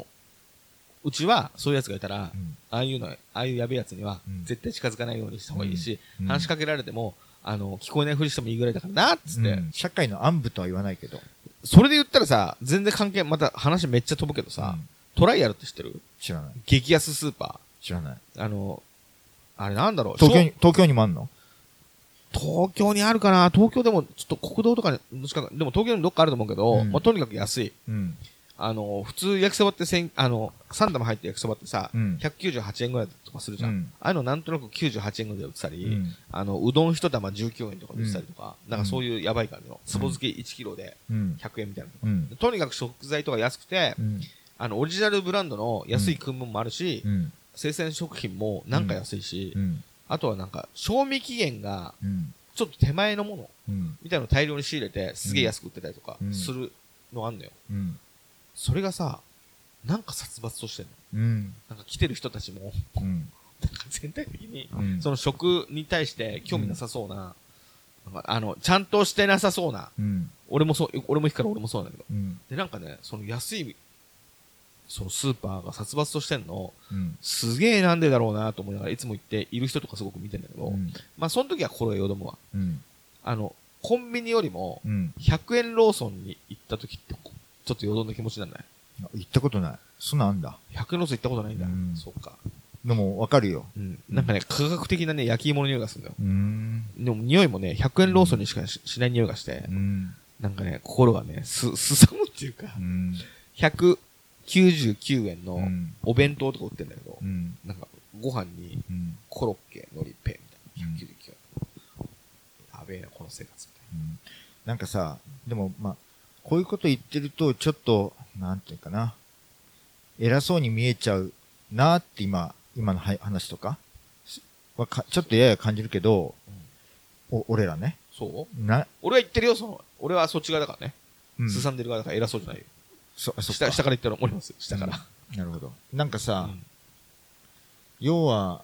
うちはそういうやつがいたら、ああいうやべえやつには絶対近づかないようにした方がいいし、話しかけられても、聞こえないふりしてもいいぐらいだからな、つって。 社会の暗部とは言わないけど。 それで言ったらさ、全然関係、また話めっちゃ飛ぶけどさ、トライアルって知ってる？ 知らない。 激安スーパー。知らない。 あれなんだろう。 東京にもあんの？ 東京にあるかな。東京でも、ちょっと国道とかに、でも東京にどっかあると思うけど、まあ、とにかく安い。普通焼きそばって3玉入って焼きそばってさ、198円ぐらいとかするじゃん。ああいうのなんとなく98円ぐらいで売ってたり、うどん1玉19円とかで売ってたりとか、なんかそういうやばい感じの、つぼ漬け1キロで100円みたいな。とにかく食材とか安くて、オリジナルブランドの安い食うもんもあるし、生鮮食品もなんか安いし、あとはなんか賞味期限がちょっと手前のものみたいなのを大量に仕入れてすげえ安く売ってたりとかするのあんのよ。それがさ、なんか殺伐としてんの。なんか来てる人たちもなんか全体的にその食に対して興味なさそうな、ちゃんとしてなさそうな、俺も行くから俺もそうなんだけど、でなんかね、その安いそのスーパーが殺伐としてんの、すげえなんでだろうなと思いながらいつも行っている人とかすごく見てんだけど、まあその時は心がよどむわ。コンビニよりも100円ローソンに行った時ってちょっとよどんだ気持ちにならない？ 行ったことない。そんなんあんだ。 100円ローソン行ったことないんだ。そうか。 でもわかるよ。 なんかね、科学的なね、焼き芋の匂いがするんだよ。でも匂いもね、100円ローソンにしかしない匂いがして、なんかね、心がね、すさむっていうか、199円のお弁当とか売ってんだけど、なんかご飯にコロッケ、海苔、ペンみたいな、199円。やべえな、この生活みたいな。 なんかさ、でもまあ、こういうこと言ってると、ちょっと、なんていうかな、偉そうに見えちゃうなって今の話とかはちょっとやや感じるけど、俺らね。 そう？俺は言ってるよ、俺はそっち側だからね。すさんでる側だから偉そうじゃないよ。下から言ったら思います。下から。 なるほど。なんかさ、要は、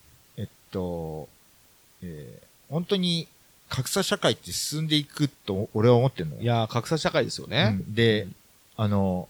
本当に格差社会って進んでいくと俺は思ってるのよ。 いやー、格差社会ですよね。 で、あ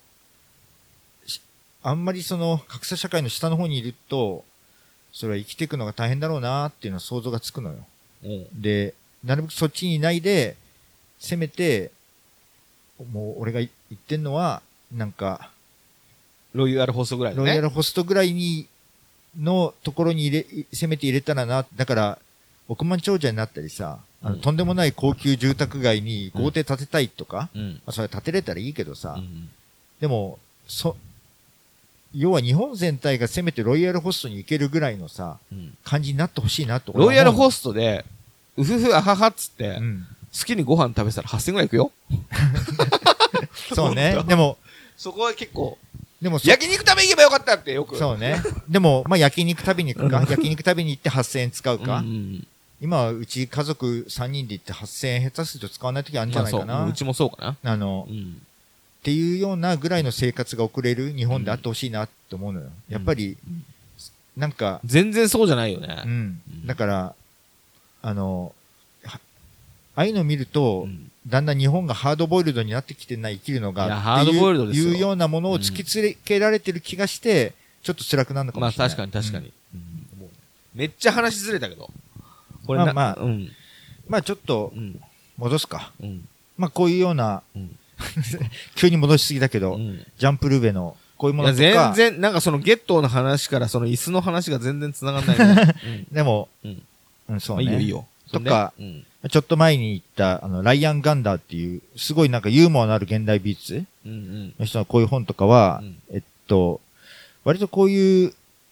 んまりその格差社会の下の方にいると、それは生きていくのが大変だろうなっていうのは想像がつくのよ。で、なるべくそっちにいないで、せめて、もう俺が言ってんのは、なんか、 ロイヤルホストぐらいね。ロイヤルホストぐらいに、のところにせめて入れたらな。だから、億万長者になったりさ、とんでもない高級住宅街に豪邸建てたいとか、それ建てれたらいいけどさ、でも、要は日本全体がせめてロイヤルホストに行けるぐらいのさ、感じになってほしいなと。 ロイヤルホストで、うふふあははっつって、好きにご飯食べたら8000ぐらいいくよ。 そうね。でも、 そこは結構、でも焼肉食べに行けばよかったってよく。 そうね。でも、まあ、焼肉食べに行くか。焼肉食べに行って8000円使うか。今はうち家族3人で行って8000円下手すると使わないときあるんじゃないかな。 うちもそうかな。 っていうようなぐらいの生活が送れる日本であってほしいなって思うのよ。やっぱり、なんか。 全然そうじゃないよね。 だから、ああいうのを見ると、だんだん日本がハードボイルドになってきてない、生きるのが、っていうようなものを突きつけられてる気がして、ちょっと辛くなるのかもしれない。 まあ確かに。めっちゃ話ずれたけど。 これまあちょっと、戻すか。まあこういうような、急に戻しすぎだけど、ジャンプルーベの、こういうものとか。 全然、なんかそのゲットーの話からその椅子の話が全然繋がんないね。 でも、そうね。 いいよ。 とか、ちょっと前に言った、ライアン・ガンダーっていう、すごいなんかユーモアのある現代美術の人のこういう本とかは、割とこういう、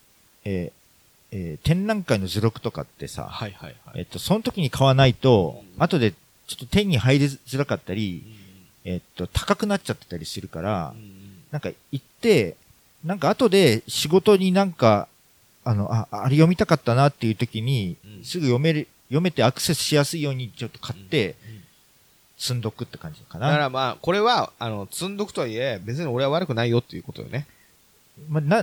展覧会の図録とかってさ、その時に買わないと、後でちょっと手に入りづらかったり、高くなっちゃってたりするから、なんか行って、なんか後で仕事になんか、あれ読みたかったなっていう時に、すぐ読めてアクセスしやすいようにちょっと買って、積んどくって感じかな。 だからまあ、これは、積んどくとはいえ、別に俺は悪くないよっていうことよね。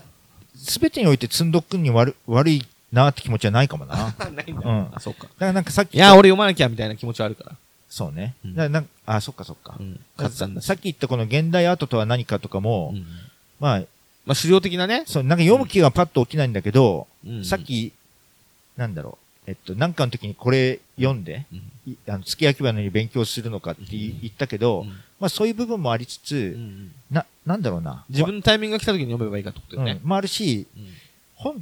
全てにおいて積んどくに悪いなって気持ちはないかもな。 ないんだ。うん。あ、そうか。だからなんかさっき。 いや、俺読まなきゃみたいな気持ちはあるから。 そうね。だからそっかそっか。さっき言ったこの現代アートとは何かとかも、まあ、資料的なね。 そう、なんか読む気がパッと起きないんだけど、さっき、なんだろう、なんかの時にこれ読んで、月焼き場のように勉強するのかって言ったけど、まあそういう部分もありつつ、なんだろうな。 自分のタイミングが来た時に読めばいいかってことよね。 もあるし、本って、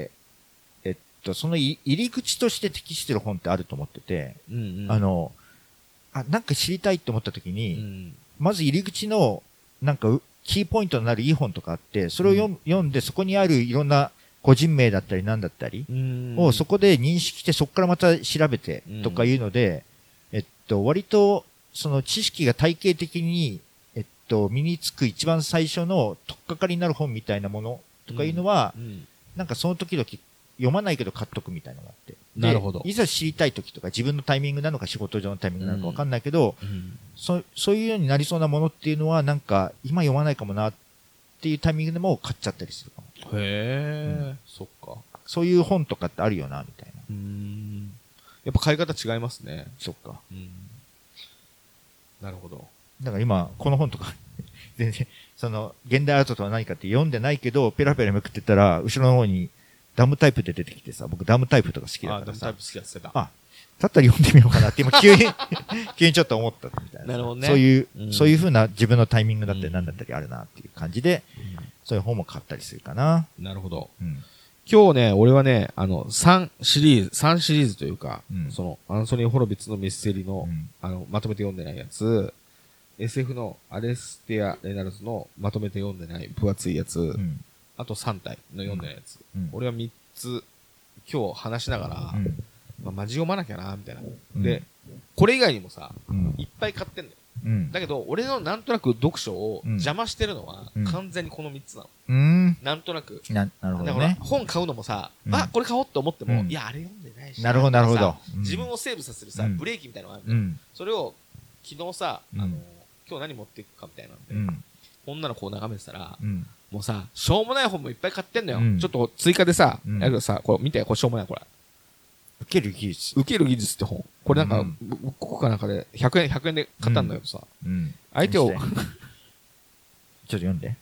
その入り口として適してる本ってあると思ってて、なんか知りたいって思った時に、まず入り口の、なんか、キーポイントになるいい本とかあって、それを読んで、そこにあるいろんな個人名だったり何だったりをそこで認識して、そこからまた調べてとかいうので、割と、その知識が体系的に、身につく一番最初の取っかかりになる本みたいなものとかいうのは、なんかその時々読まないけど買っとくみたいなのがあって。 なるほど。 いざ知りたい時とか自分のタイミングなのか仕事上のタイミングなのかわかんないけど、そういうようになりそうなものっていうのはなんか今読まないかもなっていうタイミングでも買っちゃったりするかも。 へー、そっか。 そういう本とかってあるよな、みたいな。 やっぱ買い方違いますね。 そっか。 なるほど。 だから今、この本とか全然、現代アートとは何かって読んでないけど、ペラペラめくってたら、後ろの方に、ダムタイプで出てきてさ、僕ダムタイプとか好きだからさ。 ダムタイプ好きだってた。 だったら読んでみようかなって今急にちょっと思ったみたいな。 なるほどね。 そういう風な自分のタイミングだったりなんだったりあるなっていう感じで、そういう本も買ったりするかな。 なるほど。今日ね、俺はね、3シリーズというか、アンソニー・ホロビッツのミステリーの、まとめて読んでないやつ、SF のアレスティア・レナルズのまとめて読んでない分厚いやつ、あと3体の読んでないやつ。俺は3つ、今日話しながら、マジ読まなきゃな、みたいな。で、これ以外にもさ、いっぱい買ってんだよ。だけど、俺のなんとなく読書を邪魔してるのは、完全にこの3つなの。なんとなく。 なるほどね。 だから本買うのもさ、これ買おうって思っても、いや、あれ読んでないし。 なるほど、なるほど。 自分をセーブさせるさ、ブレーキみたいなのがあるんだよ。それを、昨日さ、今日何持っていくかみたいなんで、女の子を眺めてたら、もうさ、しょうもない本もいっぱい買ってんのよ。ちょっと追加でさ、やるとさ、これ見て、これしょうもない、これ。 受ける技術。 受ける技術って本。これなんか、ここかなんかで100円で買ったんだけどさ、相手を、ちょっと読んで。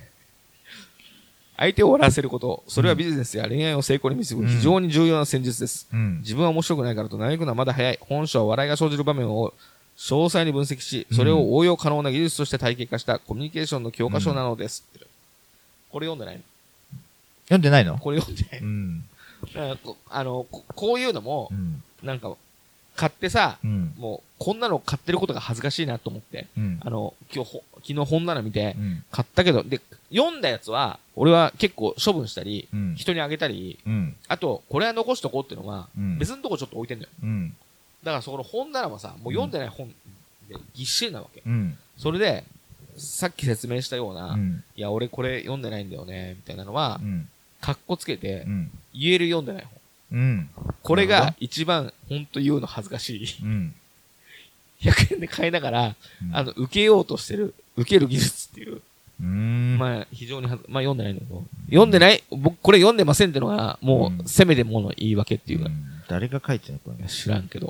相手を笑わせること、それはビジネスや恋愛を成功に導く非常に重要な戦術です。自分は面白くないからと嘆くのはまだ早い。本書は笑いが生じる場面を詳細に分析し、それを応用可能な技術として体系化したコミュニケーションの教科書なのです。これ読んでないの？ 読んでないの？ これ読んでない。こういうのも、なんか、買ってさ、もう、こんなの買ってることが恥ずかしいなと思って、昨日本棚見て、買ったけど、で、読んだやつは、俺は結構処分したり、人にあげたり、あと、これは残しとこうっていうのは、別のとこちょっと置いてんだよ。だからそこの本棚はさ、もう読んでない本でぎっしりなわけ。それで、さっき説明したような、いや、俺これ読んでないんだよね、みたいなのは、かっこつけて、言える読んでない本。これが一番、ほんと言うの恥ずかしい。100円で買いながら、受けようとしてる、受ける技術っていう。まあ、非常に読んでないんだけど。読んでない、僕これ読んでませんってのが、もう、せめてもの言い訳っていうか。 誰が書いてるのこれ。 知らんけど。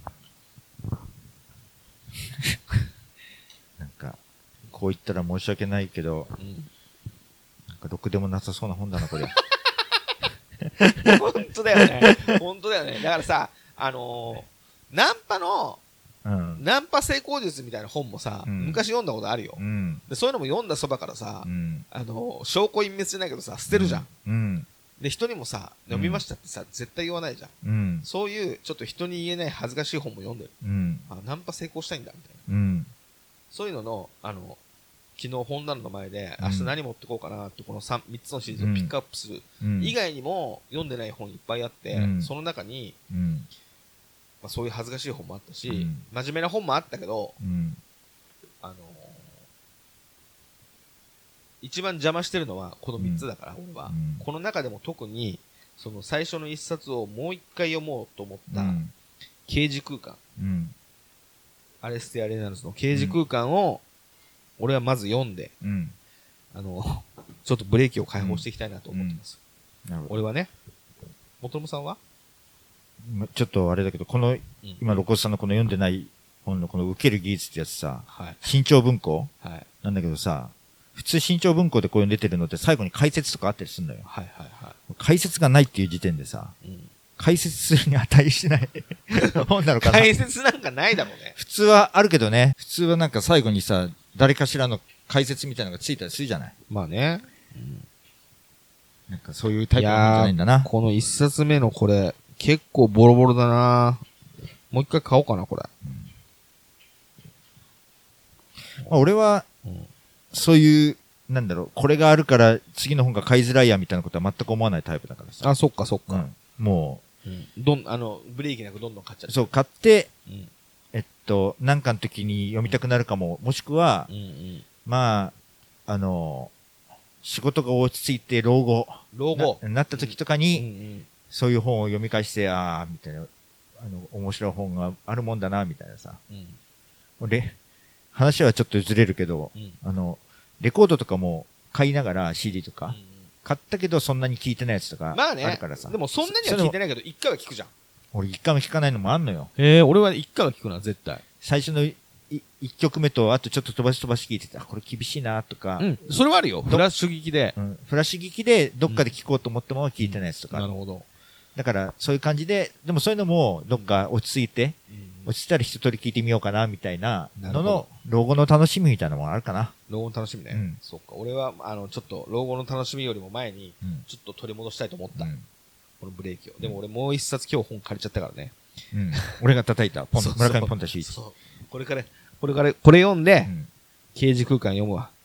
なんか、こう言ったら申し訳ないけど、なんかろくでもなさそうな本だな、これ。 本当だよね。本当だよね。だからさ、ナンパの、ナンパ成功術みたいな本もさ、昔読んだことあるよ。でそういうのも読んだそばからさ、証拠隠滅じゃないけどさ、捨てるじゃん。で、人にもさ、読みましたってさ、絶対言わないじゃん。そういう、ちょっと人に言えない恥ずかしい本も読んでる。ナンパ成功したいんだ、みたいな。そういうのの、昨日本棚の前で、明日何持ってこうかなって、この3つのシリーズをピックアップする。以外にも、読んでない本いっぱいあって、その中に、そういう恥ずかしい本もあったし、真面目な本もあったけど、一番邪魔してるのはこの3つだから、俺は。この中でも特に、その最初の一冊をもう一回読もうと思った、刑事空間。アレスティア・レナルズの刑事空間を、俺はまず読んで、 ちょっとブレーキを解放していきたいなと思ってます。俺はね。元友さんはちょっとあれだけど、今、露骨さんのこの読んでない本のこの受ける技術ってやつさ、新潮文庫なんだけどさ、普通新潮文庫でこういうの出てるのって最後に解説とかあったりするのよ。解説がないっていう時点でさ、解説するに値しない本なのかな。 解説なんかないだろうね。 普通はあるけどね、普通はなんか最後にさ、誰かしらの解説みたいなのがついたりするじゃない。 まあね。 なんかそういうタイプの本じゃないんだな。 この一冊目のこれ、結構ボロボロだな。もう一回買おうかな、これ。 まあ、俺は、そういう、なんだろう、これがあるから次の本が買いづらいやみたいなことは全く思わないタイプだからさ。 あ、そっかそっか。 もう、ブレーキなくどんどん買っちゃう。 そう、買って、なんかの時に読みたくなるかも、もしくは、まあ、仕事が落ち着いて老後なった時とかに、そういう本を読み返して、みたいな、面白い本があるもんだな、みたいなさ。話はちょっとずれるけど、レコードとかも買いながら CD とか、買ったけどそんなに聞いてないやつとかあるからさ。 でもそんなには聞いてないけど、一回は聞くじゃん。 俺一回も聞かないのもあんのよ。 俺は一回は聞くな、絶対。 最初の一曲目と、あとちょっと飛ばし聞いてて、これ厳しいなとか。 それはあるよ。フラッシュ聞きで。 フラッシュ聞きで、どっかで聞こうと思っても聞いてないやつとか。 なるほど。 だから、そういう感じで、でもそういうのも、どっか落ち着いて、落ちたら一通り聞いてみようかな、みたいなのの、老後の楽しみみたいなのもあるかな。 老後の楽しみね。そっか。俺は、ちょっと、老後の楽しみよりも前に、ちょっと取り戻したいと思った。このブレーキを。でも俺もう一冊今日本借りちゃったからね。 俺が叩いた。村上ポンタシー。 これ読んで、刑事空間読むわ。